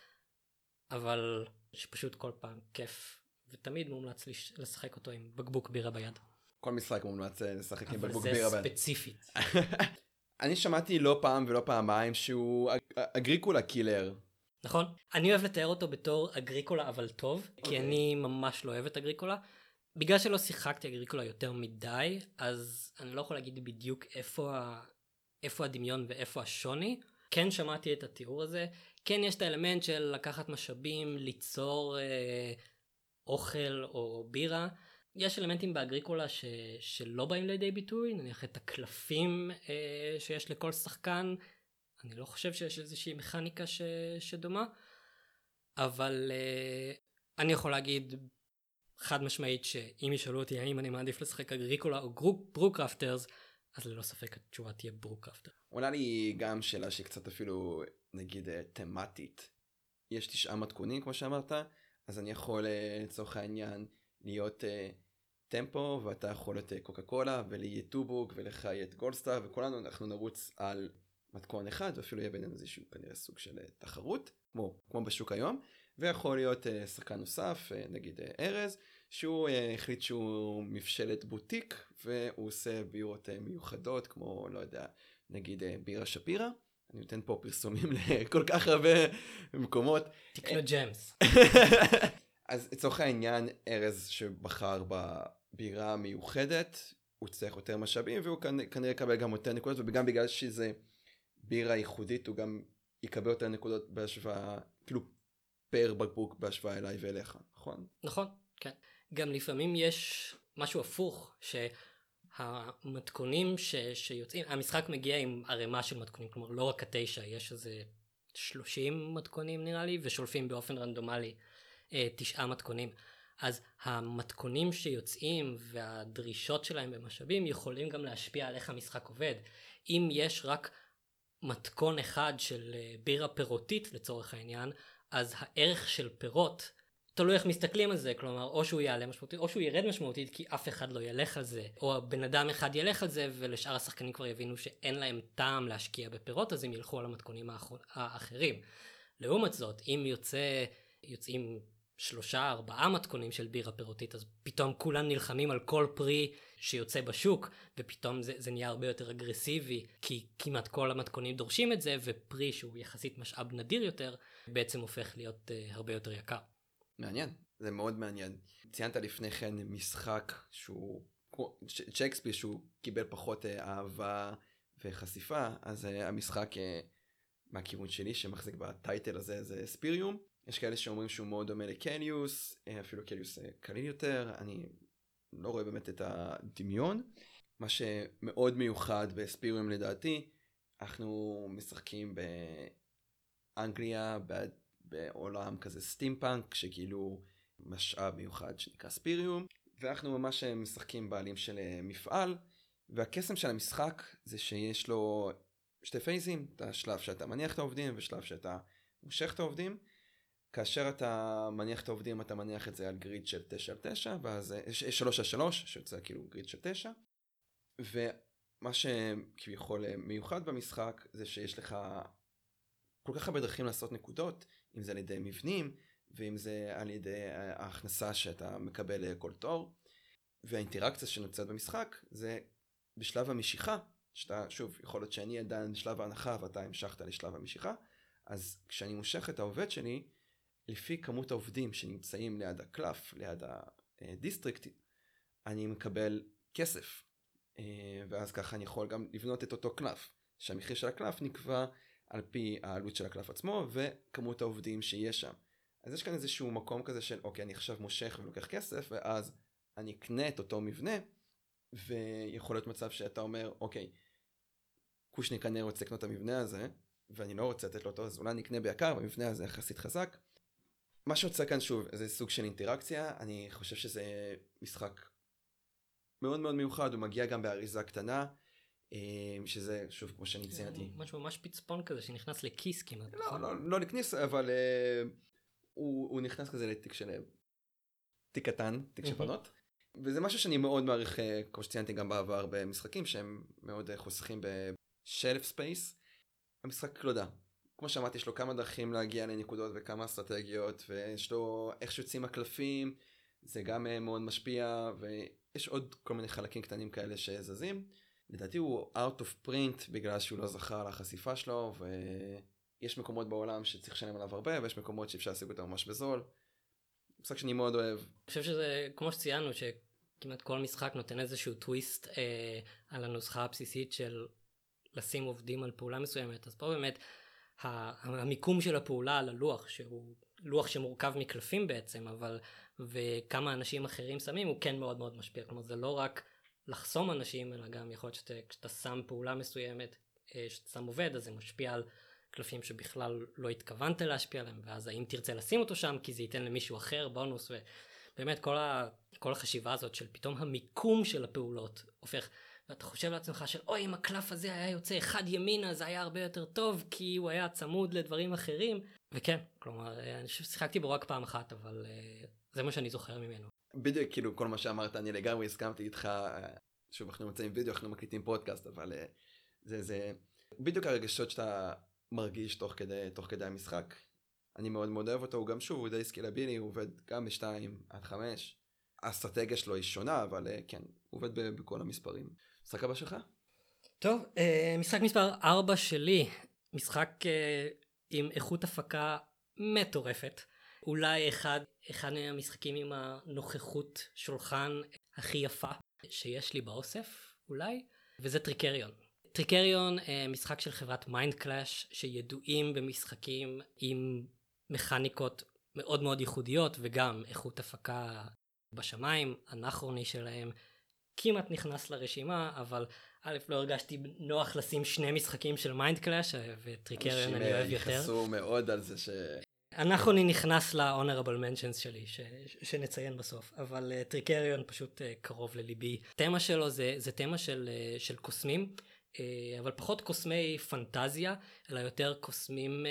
אבל שפשוט כל פעם כיף, ותמיד מומלץ לשחק אותו עם בקבוק בירה ביד. כל משחק מומלץ לשחק עם בקבוק בירה ביד. אבל זה ספציפית. אני שמעתי לא פעם ולא פעמיים שהוא אגריקולה קילר. נכון? אני אוהב לתאר אותו בתור אגריקולה אבל טוב, כי אני ממש לא אוהב את אגריקולה. בגלל שלא שיחקתי אגריקולה יותר מדי, אז אני לא יכול להגיד בדיוק איפה הדמיון ואיפה השוני. כן שמעתי את התיאור הזה, כן יש את האלמנט של לקחת משאבים, ליצור אוכל או בירה. יש אלמנטים באגריקולה שלא באים לידי ביטוי, נניח את הקלפים שיש לכל שחקן, אני לא חושב שיש איזושהי מכניקה שדומה, אבל אני יכול להגיד חד משמעית שאם ישאלו אותי האם אני מעדיף לשחק אגריקולה או ברוקראפטרס, אז ללא ספק התשובה תהיה ברוקראפטר. עולה לי גם שאלה שקצת אפילו נגיד תמטית. יש 9 מתכונים כמו שאמרת, אז אני יכול לצורך העניין להיות טמפו, ואתה יכול להיות קוקה קולה, ולי יהיה טובוק, ולך יהיה את גולדסטאר, וכולנו אנחנו נרוץ על מתכון אחד, ואפילו יהיה בינינו איזשהו כנראה סוג של תחרות, כמו בשוק היום, ויכול להיות שחקן נוסף, נגיד ארז, שהוא החליט שהוא מבשלת בוטיק, והוא עושה בירות מיוחדות, כמו, לא יודע, נגיד בירה שפירה. אני נותן פה פרסומים לכל כך הרבה מקומות. תקנו ג'מס. אז לצורך העניין, ארז שבחר בבירה המיוחדת, הוא צריך יותר משאבים, והוא כנראה יקבל גם יותר נקודות, וגם בגלל שזה בירה ייחודית, הוא גם יקבל יותר נקודות בהשוואה, כאילו פר בקבוק בהשוואה אליי ואליך, נכון? נכון, כן. גם לפעמים יש משהו הפוך, שהמתכונים שיוצאים, המשחק מגיע עם ערימה של מתכונים, כלומר לא רק 9, יש איזה 30 מתכונים נראה לי, ושולפים באופן רנדומלי 9 מתכונים. אז המתכונים שיוצאים והדרישות שלהם במשאבים יכולים גם להשפיע על איך המשחק עובד. אם יש רק מתכון אחד של בירה פירותית לצורך העניין, אז הערך של פירות, תלוי איך מסתכלים על זה, כלומר או שהוא יעלה משמעותית או שהוא ירד משמעותית כי אף אחד לא ילך על זה, או בן אדם אחד ילך על זה ולשאר השחקנים כבר יבינו שאין להם טעם להשקיע בפירות, אז הם ילכו על המתכונים האחרים. לעומת זאת, אם יוצאים 3-4 מתכונים של בירה פירותית, אז פתאום כולם נלחמים על כל פרי שיוצא בשוק, ופתאום זה נהיה הרבה יותר אגרסיבי, כי כמעט כל המתכונים דורשים את זה, ופרי שהוא יחסית משאב נדיר יותר, בעצם הופך להיות הרבה יותר יקר. מעניין, זה מאוד מעניין. ציינת לפני כן משחק שהוא, צ'קספיר שהוא קיבל פחות אהבה וחשיפה, אז המשחק מהכיוון שלי שמחזיק בטייטל הזה זה ספיריום. יש כאלה שאומרים שהוא מאוד דומה לקליוס, אפילו קליוס קליל יותר, אני לא רואה באמת את הדמיון. מה שמאוד מיוחד בספיריום לדעתי, אנחנו משחקים באנגליה, בעולם כזה סטימפאנק, שגילו משאב מיוחד שנקרא ספיריום, ואנחנו ממש משחקים בעלים של מפעל, והקסם של המשחק זה שיש לו שתי פייזים, את השלב שאתה מניח את העובדים ושלב שאתה מושך את העובדים. כאשר אתה מניח את העובדים, אתה מניח את זה על גריד של 9 על 9, ואז 3 על 3, שיוצא כאילו גריד של 9. ומה שכביכול מיוחד במשחק, זה שיש לך כל כך הרבה דרכים לעשות נקודות, אם זה על ידי מבנים, ואם זה על ידי ההכנסה שאתה מקבל כל תור. והאינטראקציה שנוצרת במשחק, זה בשלב המשיכה, שאתה, שוב, יכול להיות שאני עדיין בשלב ההנחה, ואתה המשכת לשלב המשיכה, אז כשאני מושך את העובד שלי, לפי כמות העובדים שנמצאים ליד הקלף, ליד הדיסטריקט, אני מקבל כסף. ואז ככה אני יכול גם לבנות את אותו קלף, שהמחיר של הקלף נקבע על פי העלות של הקלף עצמו, וכמות העובדים שיש שם. אז יש כאן איזשהו מקום כזה של, אוקיי, אני עכשיו מושך ולוקח כסף, ואז אני אקנה את אותו מבנה, ויכול להיות מצב שאתה אומר, אוקיי, קושני כנראה רוצה לקנות את המבנה הזה, ואני לא רוצה לתת לו אותו, אז אולי אני אקנה ביקר, והמבנה הזה יחסית חזק. מה שיוצא כאן שוב, זה סוג של אינטראקציה, אני חושב שזה משחק מאוד מאוד מיוחד, הוא מגיע גם באריזה קטנה, שזה שוב כמו שאני ציינתי. משהו ממש פצפון כזה שנכנס לכיס כמעט. לא לכניס, אבל הוא נכנס כזה לתיק של תיק קטן, תיק של בנות, וזה משהו שאני מאוד מעריך, כמו שציינתי גם בעבר במשחקים, שהם מאוד חוסכים בשלף ספייס. המשחק לא יודע. כמו שאמרתי, יש לו כמה דרכים להגיע לנקודות וכמה אסטרטגיות, ויש לו איך שיוצאים הקלפים, זה גם מאוד משפיע, ויש עוד כל מיני חלקים קטנים כאלה שזזים. לדעתי הוא out of print בגלל שהוא לא זכה על החשיפה שלו, ויש מקומות בעולם שצריך לשלם עליו הרבה, ויש מקומות שאפשר להשיג אותם ממש בזול. משחק שאני מאוד אוהב. אני חושב שזה, כמו שציינו, שכמעט כל משחק נותן איזשהו טוויסט על הנוסחה הבסיסית של לשים עובדים על פעולה מסוימת, אז פה באמת המיקום של הפעולה על הלוח, שהוא לוח שמורכב מקלפים בעצם, אבל וכמה אנשים אחרים שמים, הוא כן מאוד מאוד משפיע. כלומר, זה לא רק לחסום אנשים, אלא גם יכול להיות כשאתה שם פעולה מסוימת, שאתה שם עובד, אז זה משפיע על קלפים שבכלל לא התכוונת להשפיע עליהם, ואז האם תרצה לשים אותו שם, כי זה ייתן למישהו אחר בונוס, ובאמת כל החשיבה הזאת של פתאום המיקום של הפעולות הופך, ואתה חושב לעצמך של, אוי, אם הקלף הזה היה יוצא אחד ימינה, זה היה הרבה יותר טוב, כי הוא היה צמוד לדברים אחרים. וכן, כלומר, אני חושב ששיחקתי בו רק פעם אחת, אבל זה מה שאני זוכר ממנו. בדיוק, כאילו, כל מה שאמרת, אני לגמרי הסכמתי איתך, שוב, אנחנו נמצאים וידאו, אנחנו מקליטים פודקאסט, אבל זה בדיוק הרגשות שאתה מרגיש תוך כדי המשחק. אני מאוד מאוד אוהב אותו, הוא גם שוב, הוא די סקילבילי, הוא עובד גם ב2 עד 5. האסטרטגיה שלו היא שונה, אבל כן, הוא עובד בכל המספרים. משחק הבא שלך? טוב, משחק מספר 4 שלי, משחק עם איכות הפקה מטורפת. אולי אחד המשחקים עם הנוכחות שולחן הכי יפה שיש לי באוסף, אולי, וזה טריקריון. טריקריון, משחק של חברת מיינד קלאש, שידועים במשחקים עם מכניקות מאוד מאוד ייחודיות, וגם איכות הפקה בשמיים, אנכרוני שלהם, כמעט נכנס לרשימה, אבל א', לא הרגשתי נוח לשים שני משחקים של מיינד קלאש, וטריקריון אני אוהב יותר. אנשים יחסו מאוד על זה אנכרוני נכנס ל-honorable mentions שלי, שנציין בסוף, אבל טריקריון פשוט קרוב לליבי. התמה שלו זה תמה של קוסמים, אבל פחות קוסמי פנטזיה, אלא יותר קוסמים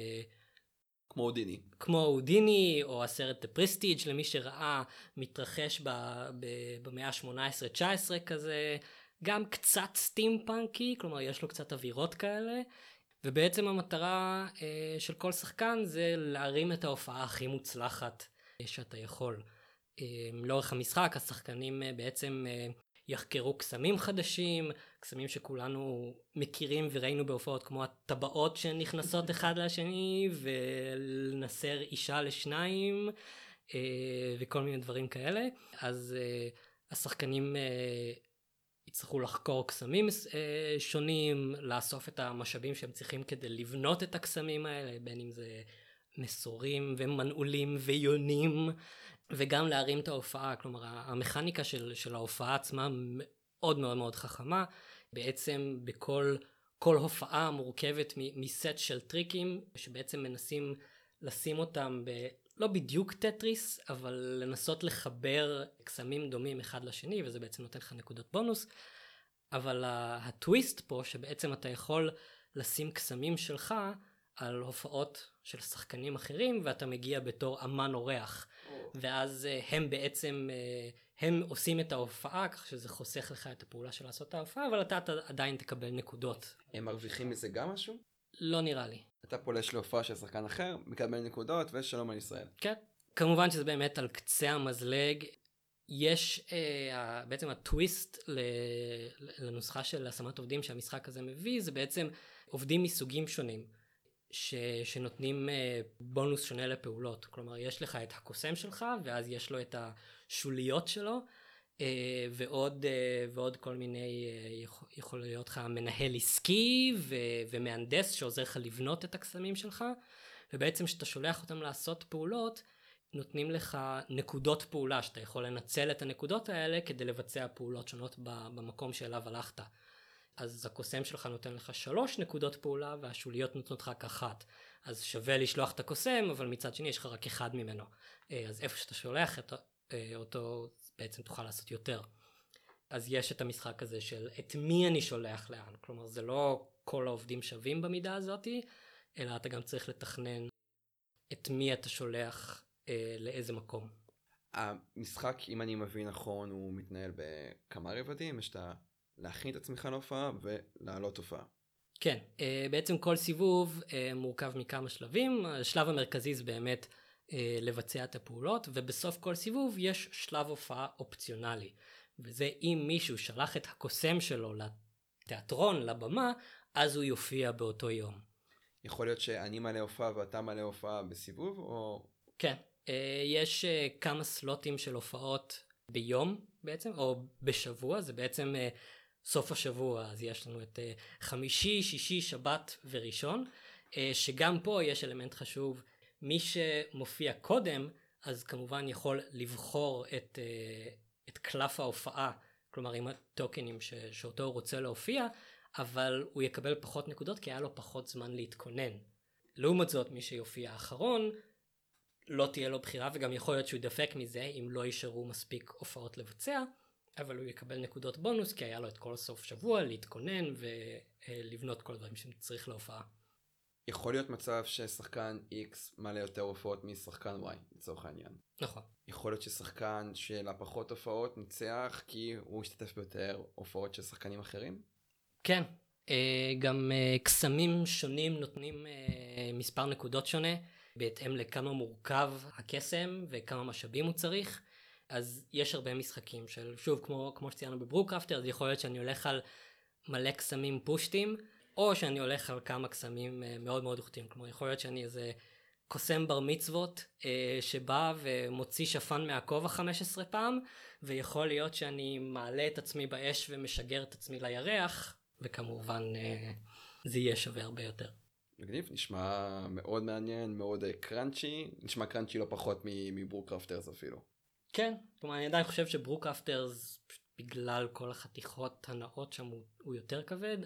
כמו הודיני, או הסרט The Prestige, למי שראה, מתרחש במאה ה-18-19 כזה, גם קצת סטימפאנקי, כלומר יש לו קצת אווירות כאלה, ובעצם המטרה של כל שחקן זה להרים את ההופעה הכי מוצלחת שאתה יכול. לאורך המשחק השחקנים בעצם יחקרו קסמים חדשים, קסמים שכולנו מכירים וראינו בהופעות, כמו הטבעות שנכנסות אחד לשני, ולנסר אישה לשניים, וכל מיני דברים כאלה. אז השחקנים יצטרכו לחקור קסמים שונים, לאסוף את המשאבים שהם צריכים כדי לבנות את הקסמים האלה, בין אם זה מסורים ומנעולים ויונים, וגם להרים את ההופעה. כלומר, המכניקה של ההופעה עצמה מאוד מאוד מאוד חכמה. בעצם כל הופעה מורכבת מסט של טריקים, שבעצם מנסים לשים אותם לא בדיוק טטריס, אבל לנסות לחבר קסמים דומים אחד לשני, וזה בעצם נותן לך נקודות בונוס. אבל הטוויסט פה, שבעצם אתה יכול לשים קסמים שלך על הופעות של שחקנים אחרים, ואתה מגיע בתור אמן אורח. ואז הם בעצם, הם עושים את ההופעה, כך שזה חוסך לך את הפעולה של לעשות את ההופעה, אבל אתה עדיין תקבל נקודות. הם מרוויחים מזה גם משהו? לא נראה לי. אתה פולש להופעה של שחקן אחר, מקבל נקודות ושלום על ישראל. כן. כמובן שזה באמת על קצה המזלג. יש בעצם הטוויסט לנוסחה של השמת עובדים שהמשחק הזה מביא, זה בעצם עובדים מסוגים שונים, שנותנים בונוס שונה לפעולות. כלומר, יש לך את הקוסם שלך, ואז יש לו את השוליות שלו, ועוד כל מיני, יכול להיות לך מנהל עסקי ומהנדס שעוזר לך לבנות את הקסמים שלך, ובעצם שאתה שולח אותם לעשות פעולות, נותנים לך נקודות פעולה, שאתה יכול לנצל את הנקודות האלה כדי לבצע פעולות שונות במקום שאליו הלכת. אז הקוסם שלך נותן לך 3 נקודות פעולה, והשוליות נותנות לך כ1. אז שווה לשלוח את הקוסם, אבל מצד שני יש לך רק אחד ממנו. אז איפה שאתה שולח אותו, בעצם תוכל לעשות יותר. אז יש את המשחק הזה של את מי אני שולח לאן. כלומר, זה לא כל העובדים שווים במידה הזאת, אלא אתה גם צריך לתכנן את מי אתה שולח לאיזה מקום. המשחק, אם אני מבין נכון, הוא מתנהל בכמה רבדים, יש את להכין את עצמך להופעה ולהעלות הופעה. כן, בעצם כל סיבוב מורכב מכמה שלבים. השלב המרכזי זה באמת לבצע את הפעולות, ובסוף כל סיבוב יש שלב הופעה אופציונלי. וזה אם מישהו שלח את הקוסם שלו לתיאטרון, לבמה, אז הוא יופיע באותו יום. יכול להיות שאני מעלה הופעה ואתה מעלה הופעה בסיבוב, או... כן, יש כמה סלוטים של הופעות ביום בעצם, או בשבוע, זה בעצם סוף השבוע, אז יש לנו את חמישי, שישי, שבת וראשון, שגם פה יש אלמנט חשוב, מי שמופיע קודם, אז כמובן יכול לבחור את קלף ההופעה, כלומר עם הטוקנים שאותו הוא רוצה להופיע, אבל הוא יקבל פחות נקודות כי היה לו פחות זמן להתכונן. לעומת זאת, מי שיופיע האחרון, לא תהיה לו בחירה, וגם יכול להיות שהוא ידפק מזה אם לא יישארו מספיק הופעות לבצע, אבל הוא יקבל נקודות בונוס כי היה לו את כל סוף שבוע להתכונן ולבנות כל הדברים שצריך להופעה. יכול להיות מצב ששחקן X מעלה יותר הופעות משחקן Y, לצורך העניין. נכון. יכול להיות ששחקן של הפחות הופעות ניצח כי הוא השתתף ביותר הופעות של שחקנים אחרים? כן, גם קסמים שונים נותנים מספר נקודות שונה, בהתאם לכמה מורכב הקסם וכמה משאבים הוא צריך. אז יש הרבה משחקים של, שוב, כמו שציינו בברוקראפטר, אז יכול להיות שאני הולך על מלא קסמים פושטים, או שאני הולך על כמה קסמים מאוד מאוד איכותיים. כלומר, יכול להיות שאני איזה קוסם בר מצוות שבא ומוציא שפן מהכובע 15 פעם, ויכול להיות שאני מעלה את עצמי באש ומשגר את עצמי לירח, וכמובן זה יהיה שווה הרבה יותר. מגניב, נשמע מאוד מעניין, מאוד קראנצ'י, נשמע קראנצ'י לא פחות מברוקראפטרס אפילו. כן, כלומר אני עדיין חושב שברוקראפטרס בגלל כל החתיכות הנאות שם הוא יותר כבד,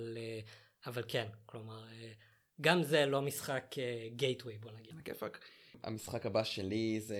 אבל כן, כלומר גם זה לא משחק גייטווי, בוא נגיד. הכיפק. המשחק הבא שלי זה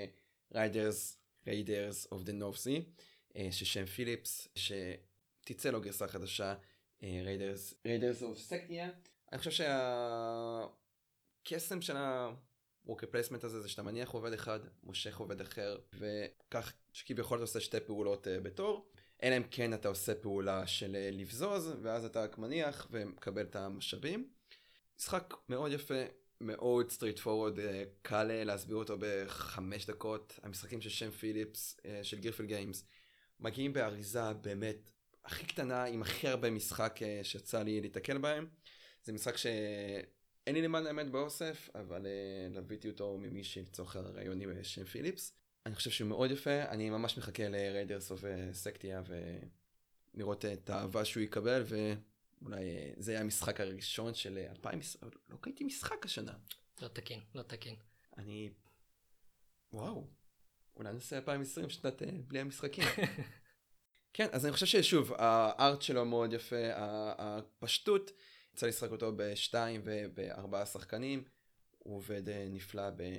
Raiders of the North Sea, ששם פיליפס, שתצא לו גרסה חדשה, Raiders of Sectia. אני חושב שהקסם של ה-worker placement הזה זה שאתה מניח עובד אחד, מושך עובד אחר, וכך שכביכול אתה עושה שתי פעולות בתור, אלא אם כן אתה עושה פעולה של לבזוז, ואז אתה רק מניח ומקבל את המשאבים. משחק מאוד יפה, מאוד straight forward, קל להסביר אותו ב5 דקות. המשחקים של שם פיליפס, של גירפל גיימס, מגיעים באריזה באמת הכי קטנה, עם הכי הרבה משחק שיצא לי להתקל בהם. זה משחק שאין לי למען האמת באוסף, אבל לביתי אותו ממי שלצורך הרעיוני בשם פיליפס. אני חושב שהוא מאוד יפה, אני ממש מחכה לריידרס אוף סקטיה ולראות את האהבה שהוא יקבל, ואולי זה היה המשחק הראשון של 2020, לא קייתי משחק השנה. לא תקין. וואו, אולי נעשה 2020 שנת בלי המשחקים. כן, אז אני חושב ששוב, הארט שלו מאוד יפה, הפשטות, יצא לשחק אותו ב2 וב4 שחקנים, הוא עובד נפלא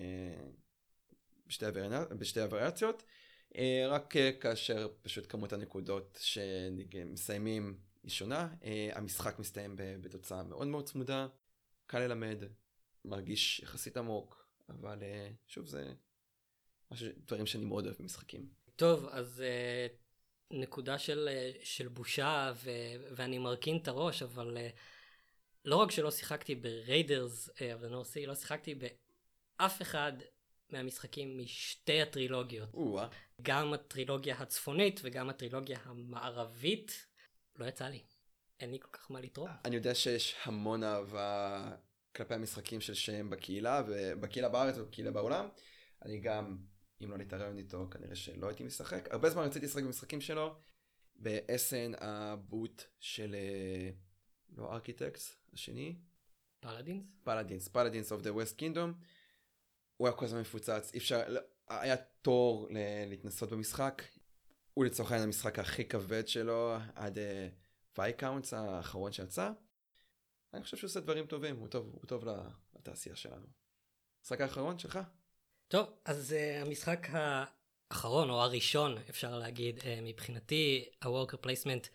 בשתי הווריאציות, רק כאשר פשוט כמות הנקודות שמסיימים היא שונה. המשחק מסתיים בתוצאה מאוד מאוד צמודה, קל ללמד, מרגיש יחסית עמוק, אבל שוב זה דברים שאני מאוד אוהב במשחקים. טוב, אז נקודה של בושה, ואני מרכין את הראש, אבל לא רק שלא שיחקתי בריידרס, אבל לא שיחקתי באף אחד מהמשחקים משתי הטרילוגיות. גם הטרילוגיה הצפונית וגם הטרילוגיה המערבית, לא יצא לי. אין לי כל כך מה לתרום. אני יודע שיש המון אהבה כלפי המשחקים של שם בקהילה, ובקהילה בארץ ובקהילה בעולם. אני גם, אם לא נתערב איתו, כנראה שלא הייתי משחק. הרבה זמן רציתי לשחק במשחקים שלו. ב-SN הבוט של, לא ארכיטקטס, השני? פלאדינס of the West Kingdom. הוא היה כל הזמן מפוצץ, היה תור להתנסות במשחק. הוא לצורך העניין המשחק הכי כבד שלו, עד וייקאונטס האחרון שיצא. אני חושב שהוא עושה דברים טובים, הוא טוב לתעשייה שלנו. המשחק האחרון שלך? טוב, אז המשחק האחרון, או הראשון, אפשר להגיד, מבחינתי, ה-Worker Placement,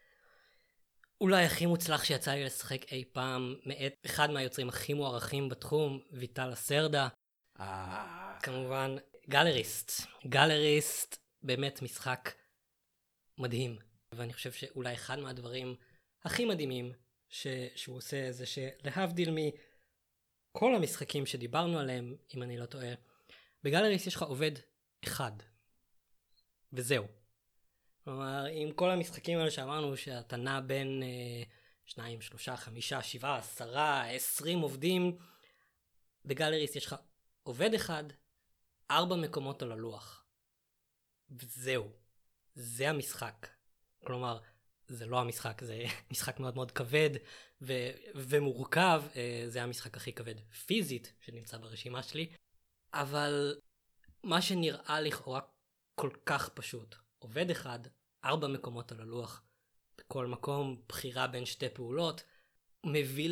אולי הכי מוצלח שיצא לי לשחק אי פעם, מאת אחד מהיוצרים הכי מוערכים בתחום, ויטל אסרדה. כמובן, גלריסט, באמת משחק מדהים. ואני חושב שאולי אחד מהדברים הכי מדהימים שהוא עושה זה שלהבדיל מכל המשחקים שדיברנו עליהם, אם אני לא טועה, בגלריסט יש לך עובד אחד. וזהו. כלומר, עם כל המשחקים האלה שאמרנו שאתה נע בין 2, 3, 5, 7, 10, 20 עובדים, בגלריסט יש לך עובד אחד, 4 מקומות על הלוח. וזהו. זה המשחק. כלומר, זה לא המשחק, זה משחק מאוד מאוד כבד ומורכב. זה המשחק הכי כבד פיזית שנמצא ברשימה שלי. אבל מה שנראה לכאורה כל כך פשוט. עובד אחד, 4 מקומות על הלוח. בכל מקום, בחירה בין 2 פעולות, מביא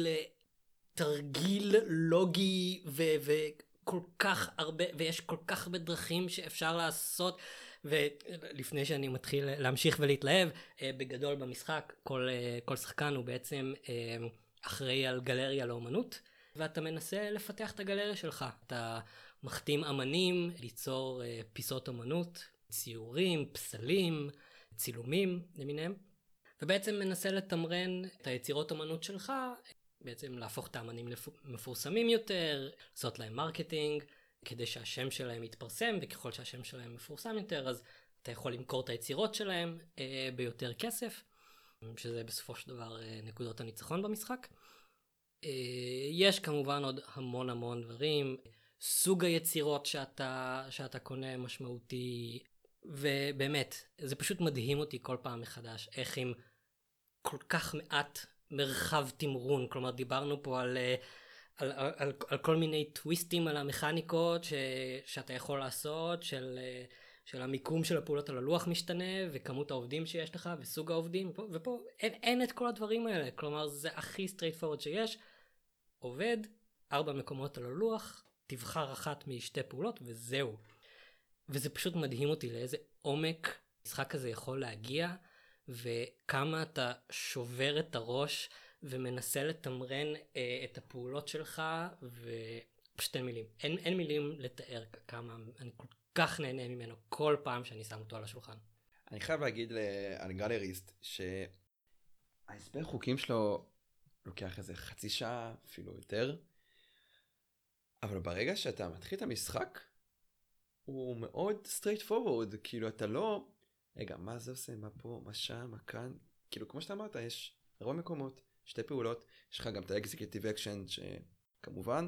לתרגיל לוגי וכל כך הרבה, ויש כל כך הרבה דרכים שאפשר לעשות. ולפני שאני מתחיל להמשיך ולהתלהב, בגדול במשחק, כל שחקן הוא בעצם אחראי על גלריה לאומנות, ואתה מנסה לפתח את הגלריה שלך. אתה מחתים אמנים, ליצור פיסות אמנות, ציורים, פסלים, צילומים למיניהם, ובעצם מנסה לתמרן את היצירות אמנות שלך, בעצם להפוך את האמנים למפורסמים יותר, לעשות להם מרקטינג, כדי שהשם שלהם יתפרסם, וככל שהשם שלהם מפורסם יותר, אז אתה יכול למכור את היצירות שלהם ביותר כסף, שזה בסופו של דבר נקודות הניצחון במשחק. יש כמובן עוד המון דברים, סוג היצירות שאתה קונה משמעותי, ובאמת, זה פשוט מדהים אותי כל פעם מחדש, איך עם כל כך מעט מרחב תמרון, כלומר דיברנו פה על כל מיני טוויסטים על המכניקות שאתה יכול לעשות, של המיקום של הפעולות על הלוח משתנה, וכמות העובדים שיש לך, וסוג העובדים, ופה אין את כל הדברים האלה, כלומר זה הכי סטרייט פורוד שיש, עובד, 4 מקומות על הלוח, תבחר אחת משתי פעולות, וזהו. וזה פשוט מדהים אותי לאיזה עומק המשחק הזה יכול להגיע, וכמה אתה שובר את הראש, ומנסה לתמרן את הפעולות שלך, ופשוט אין מילים. אין מילים לתאר כמה אני כל כך נהנה ממנו כל פעם שאני שם אותו על השולחן. אני חייב להגיד על גלריסט, שההסבר חוקים שלו לוקח איזה חצי שעה, אפילו יותר, אבל ברגע שאתה מתחיל את המשחק, הוא מאוד straight forward, כאילו אתה לא, רגע, מה זה עושה, מה פה, מה שם, מה כאן, כאילו כמו שאתה אמרת, יש הרבה מקומות, 2 פעולות, יש לך גם את ה-executive action שכמובן,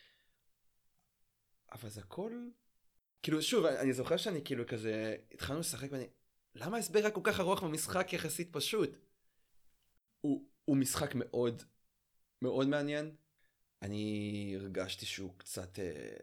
אבל זה הכל, כאילו שוב, אני זוכר שאני כאילו כזה, התחלנו לשחק ואני, למה ההסבר היה כל כך ארוך במשחק יחסית פשוט? הוא משחק מאוד מאוד מעניין, אני הרגשתי שהוא קצת,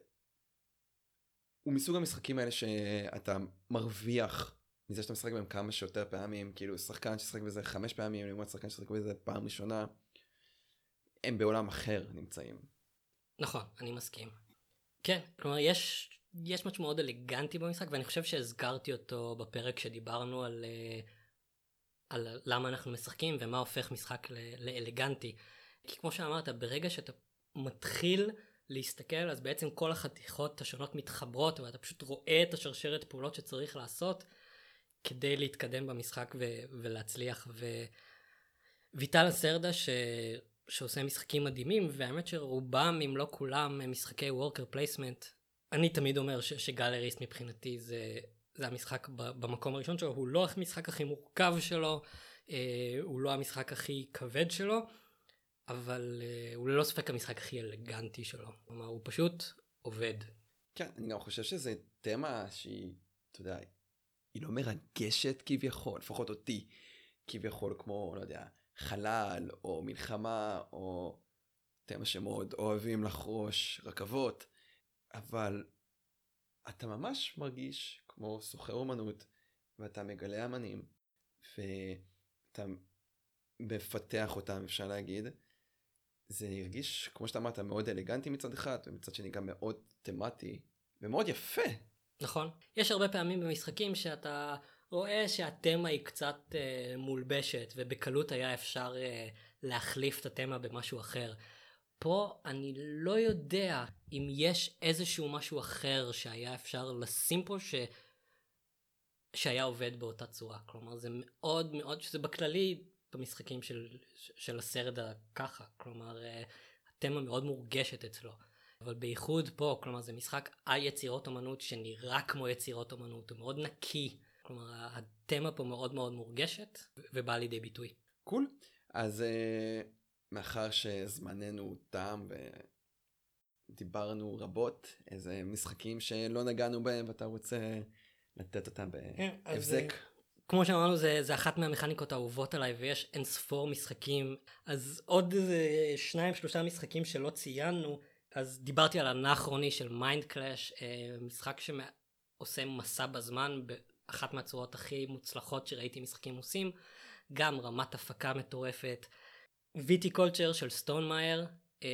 הוא מסוג המשחקים האלה שאתה מרוויח מזה שאתה משחק בהם כמה שיותר פעמים, כאילו שחקן ששחק בזה 5 פעמים, לעומת שחקן ששחק בזה פעם ראשונה, הם בעולם אחר נמצאים. נכון, אני מסכים. כן, כלומר יש משהו מאוד אלגנטי במשחק, ואני חושב שהזכרתי אותו בפרק שדיברנו על למה אנחנו משחקים ומה הופך משחק לאלגנטי. כי כמו שאמרת, ברגע שאתה מתחיל להסתכל, אז בעצם כל החתיכות השונות מתחברות, ואתה פשוט רואה את השרשרת פעולות שצריך לעשות, כדי להתקדם במשחק ולהצליח. וויטל לסרדה שעושה משחקים מדהימים, והאמת שרובם, אם לא כולם, הם משחקי וורקר פלייסמנט. אני תמיד אומר שגלריסט מבחינתי זה המשחק במקום הראשון שלו, הוא לא המשחק הכי מורכב שלו, הוא לא המשחק הכי כבד שלו, אבל הוא ללא ספק המשחק הכי אלגנטי שלו. כלומר, הוא פשוט עובד. כן, אני גם חושב שזו תמה שהיא, אתה יודע, היא לא מרגשת כביכול, לפחות אותי, כביכול כמו, לא יודע, חלל או מלחמה או תמה שמאוד אוהבים לחרוש רכבות, אבל אתה ממש מרגיש כמו סוחר אומנות, ואתה מגלה אמנים, ואתה מפתח אותם, אפשר להגיד. זה הרגיש, כמו שאתה אמרת, מאוד אלגנטי מצד אחד, ומצד שני גם מאוד תמטי, ומאוד יפה. נכון. יש הרבה פעמים במשחקים שאתה רואה שהתמה היא קצת מולבשת, ובקלות היה אפשר להחליף את התמה במשהו אחר. פה אני לא יודע אם יש איזשהו משהו אחר שהיה אפשר לשים פה שהיה עובד באותה צורה. כלומר, זה מאוד מאוד, שזה בכללי במשחקים של הסרט ככה. כלומר, התמה מאוד מורגשת אצלו. אבל בייחוד פה, כלומר, זה משחק על יצירות אומנות שנראה כמו יצירות אומנות, הוא מאוד נקי. כלומר, התמה פה מאוד מאוד מורגשת ובאה לידי ביטוי. קול. אז מאחר שזמננו תם ודיברנו רבות, איזה משחקים שלא נגענו בהם ואתה רוצה לתת אותם בהבזק. כמו שאמרנו, זה אחת מהמכניקות האהובות עליי, ויש אין ספור משחקים. אז עוד 2-3 משחקים שלא ציינו, אז דיברתי על האנכרוני של מיינד קלאש, משחק שעושה מסע בזמן באחת מהצורות הכי מוצלחות שראיתי משחקים עושים, גם רמת הפקה מטורפת. ויטיקולצ'ר של סטונמאייר,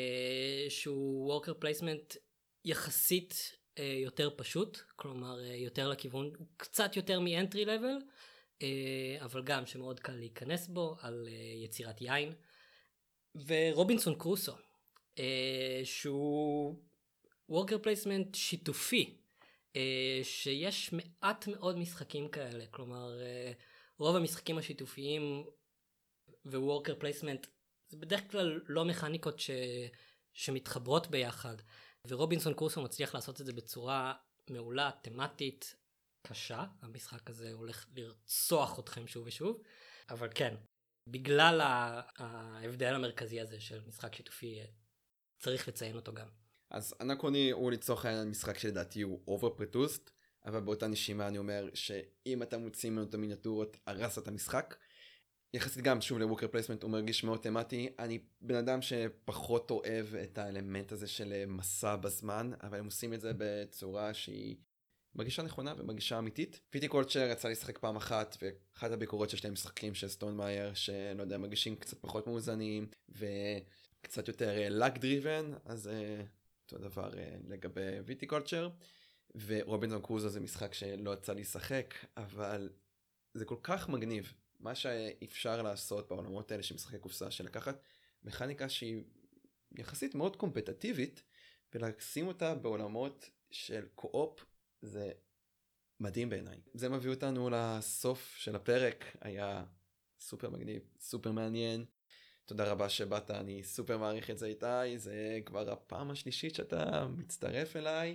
שהוא וורקר פלייסמנט יחסית יותר פשוט, כלומר יותר לכיוון, הוא קצת יותר מ-entry level, אבל גם שמאוד קל להיכנס בו, על יצירת יין. ורובינסון קרוסו, שהוא וורקר פלייסמנט שיתופי, שיש מעט מאוד משחקים כאלה, כלומר רוב המשחקים השיתופיים ווורקר פלייסמנט זה בדרך כלל לא מכניקות שמתחברות ביחד, ורובינסון קרוסו מצליח לעשות את זה בצורה מעולה, תמטית, קשה. המשחק הזה הולך לרצוח אתכם שוב ושוב, אבל כן, בגלל ההבדל המרכזי הזה של משחק שיתופי, צריך לציין אותו גם. אז אנכרוני הוא לצורך העניין משחק שלדעתי הוא overproduced, אבל באותה נשימה אני אומר שאם אתה מוציא ממנו את המיניאטורות, הרס את המשחק. יחסית גם, שוב, לווקר פלייסמנט הוא מרגיש מאוד תמטי. אני בן אדם שפחות אוהב את האלמנט הזה של מסע בזמן, אבל הם עושים את זה בצורה שהיא מרגישה נכונה ומרגישה אמיתית. ויטיקולצ'ר יצא לשחק פעם אחת, ואחת הביקורות של שני משחקים של סטונמאייר, שלא יודע, מרגישים קצת פחות מאוזנים, וקצת יותר luck driven, אז אותו דבר לגבי ויטיקולצ'ר. ורובינזון קרוזו זה משחק שלא יצא לשחק, אבל זה כל כך מגניב. מה שאפשר לעשות בעולמות האלה של משחקי קופסה, של לקחת מכניקה שהיא יחסית מאוד קומפטטיבית, ולשים אותה בעולמות של קו-אופ, זה מדהים בעיניי. זה מביא אותנו לסוף של הפרק, היה סופר מגניב, סופר מעניין. תודה רבה שבאת, אני סופר מעריך את זה איתי, זה כבר הפעם השלישית שאתה מצטרף אליי,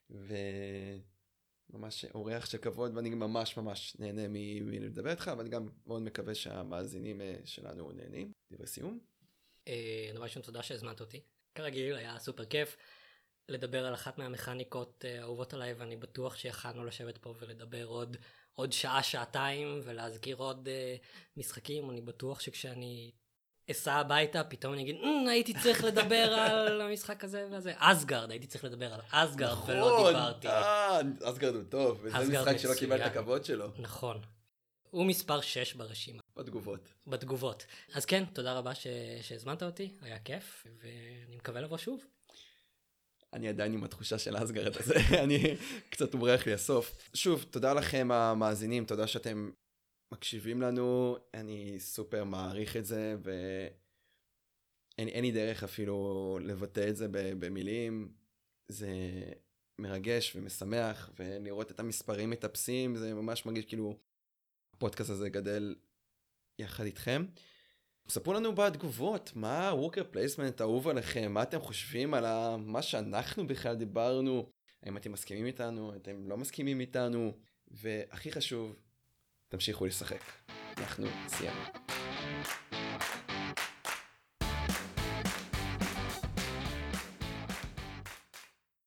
ממש אורח של כבוד, ואני ממש ממש נהנה מלדבר איתך, ואני גם מאוד מקווה שהמאזינים שלנו נהנים. דברי סיום. דבר ראשון, תודה שהזמנת אותי. כרגיל, היה סופר כיף לדבר על אחת מהמכניקות האהובות עליי, ואני בטוח שיכלנו לשבת פה ולדבר עוד שעה, שעתיים, ולהזכיר עוד משחקים. אני בטוח שכשאני אסע הביתה, פתאום אני אגיד, הייתי צריך לדבר על המשחק הזה והזה. אסגרד, הייתי צריך לדבר על אסגרד, ולא דיברתי. אסגרד הוא טוב, וזה משחק שלא קיבל את הכבוד שלו. נכון. הוא מספר 6 ברשימה. בתגובות. אז כן, תודה רבה שהזמנת אותי, היה כיף, ואני מקווה לבוא שוב. אני עדיין עם התחושה של אסגרד הזה, אני קצת מברח לי הסוף. שוב, תודה לכם המאזינים, תודה שאתם מקשיבים לנו, אני סופר מעריך את זה, ואין לי דרך אפילו לבטא את זה במילים. זה מרגש ומשמח, ולראות את המספרים מטפסים, זה ממש מרגיש כאילו הפודקאסט הזה גדל יחד איתכם. ספרו לנו בתגובות, מה וורקר פלייסמנט אהוב עליכם, מה אתם חושבים על מה שאנחנו בכלל דיברנו, האם אתם מסכימים איתנו, אתם לא מסכימים איתנו, והכי חשוב, תמשיכו לשחק. אנחנו סיימנו.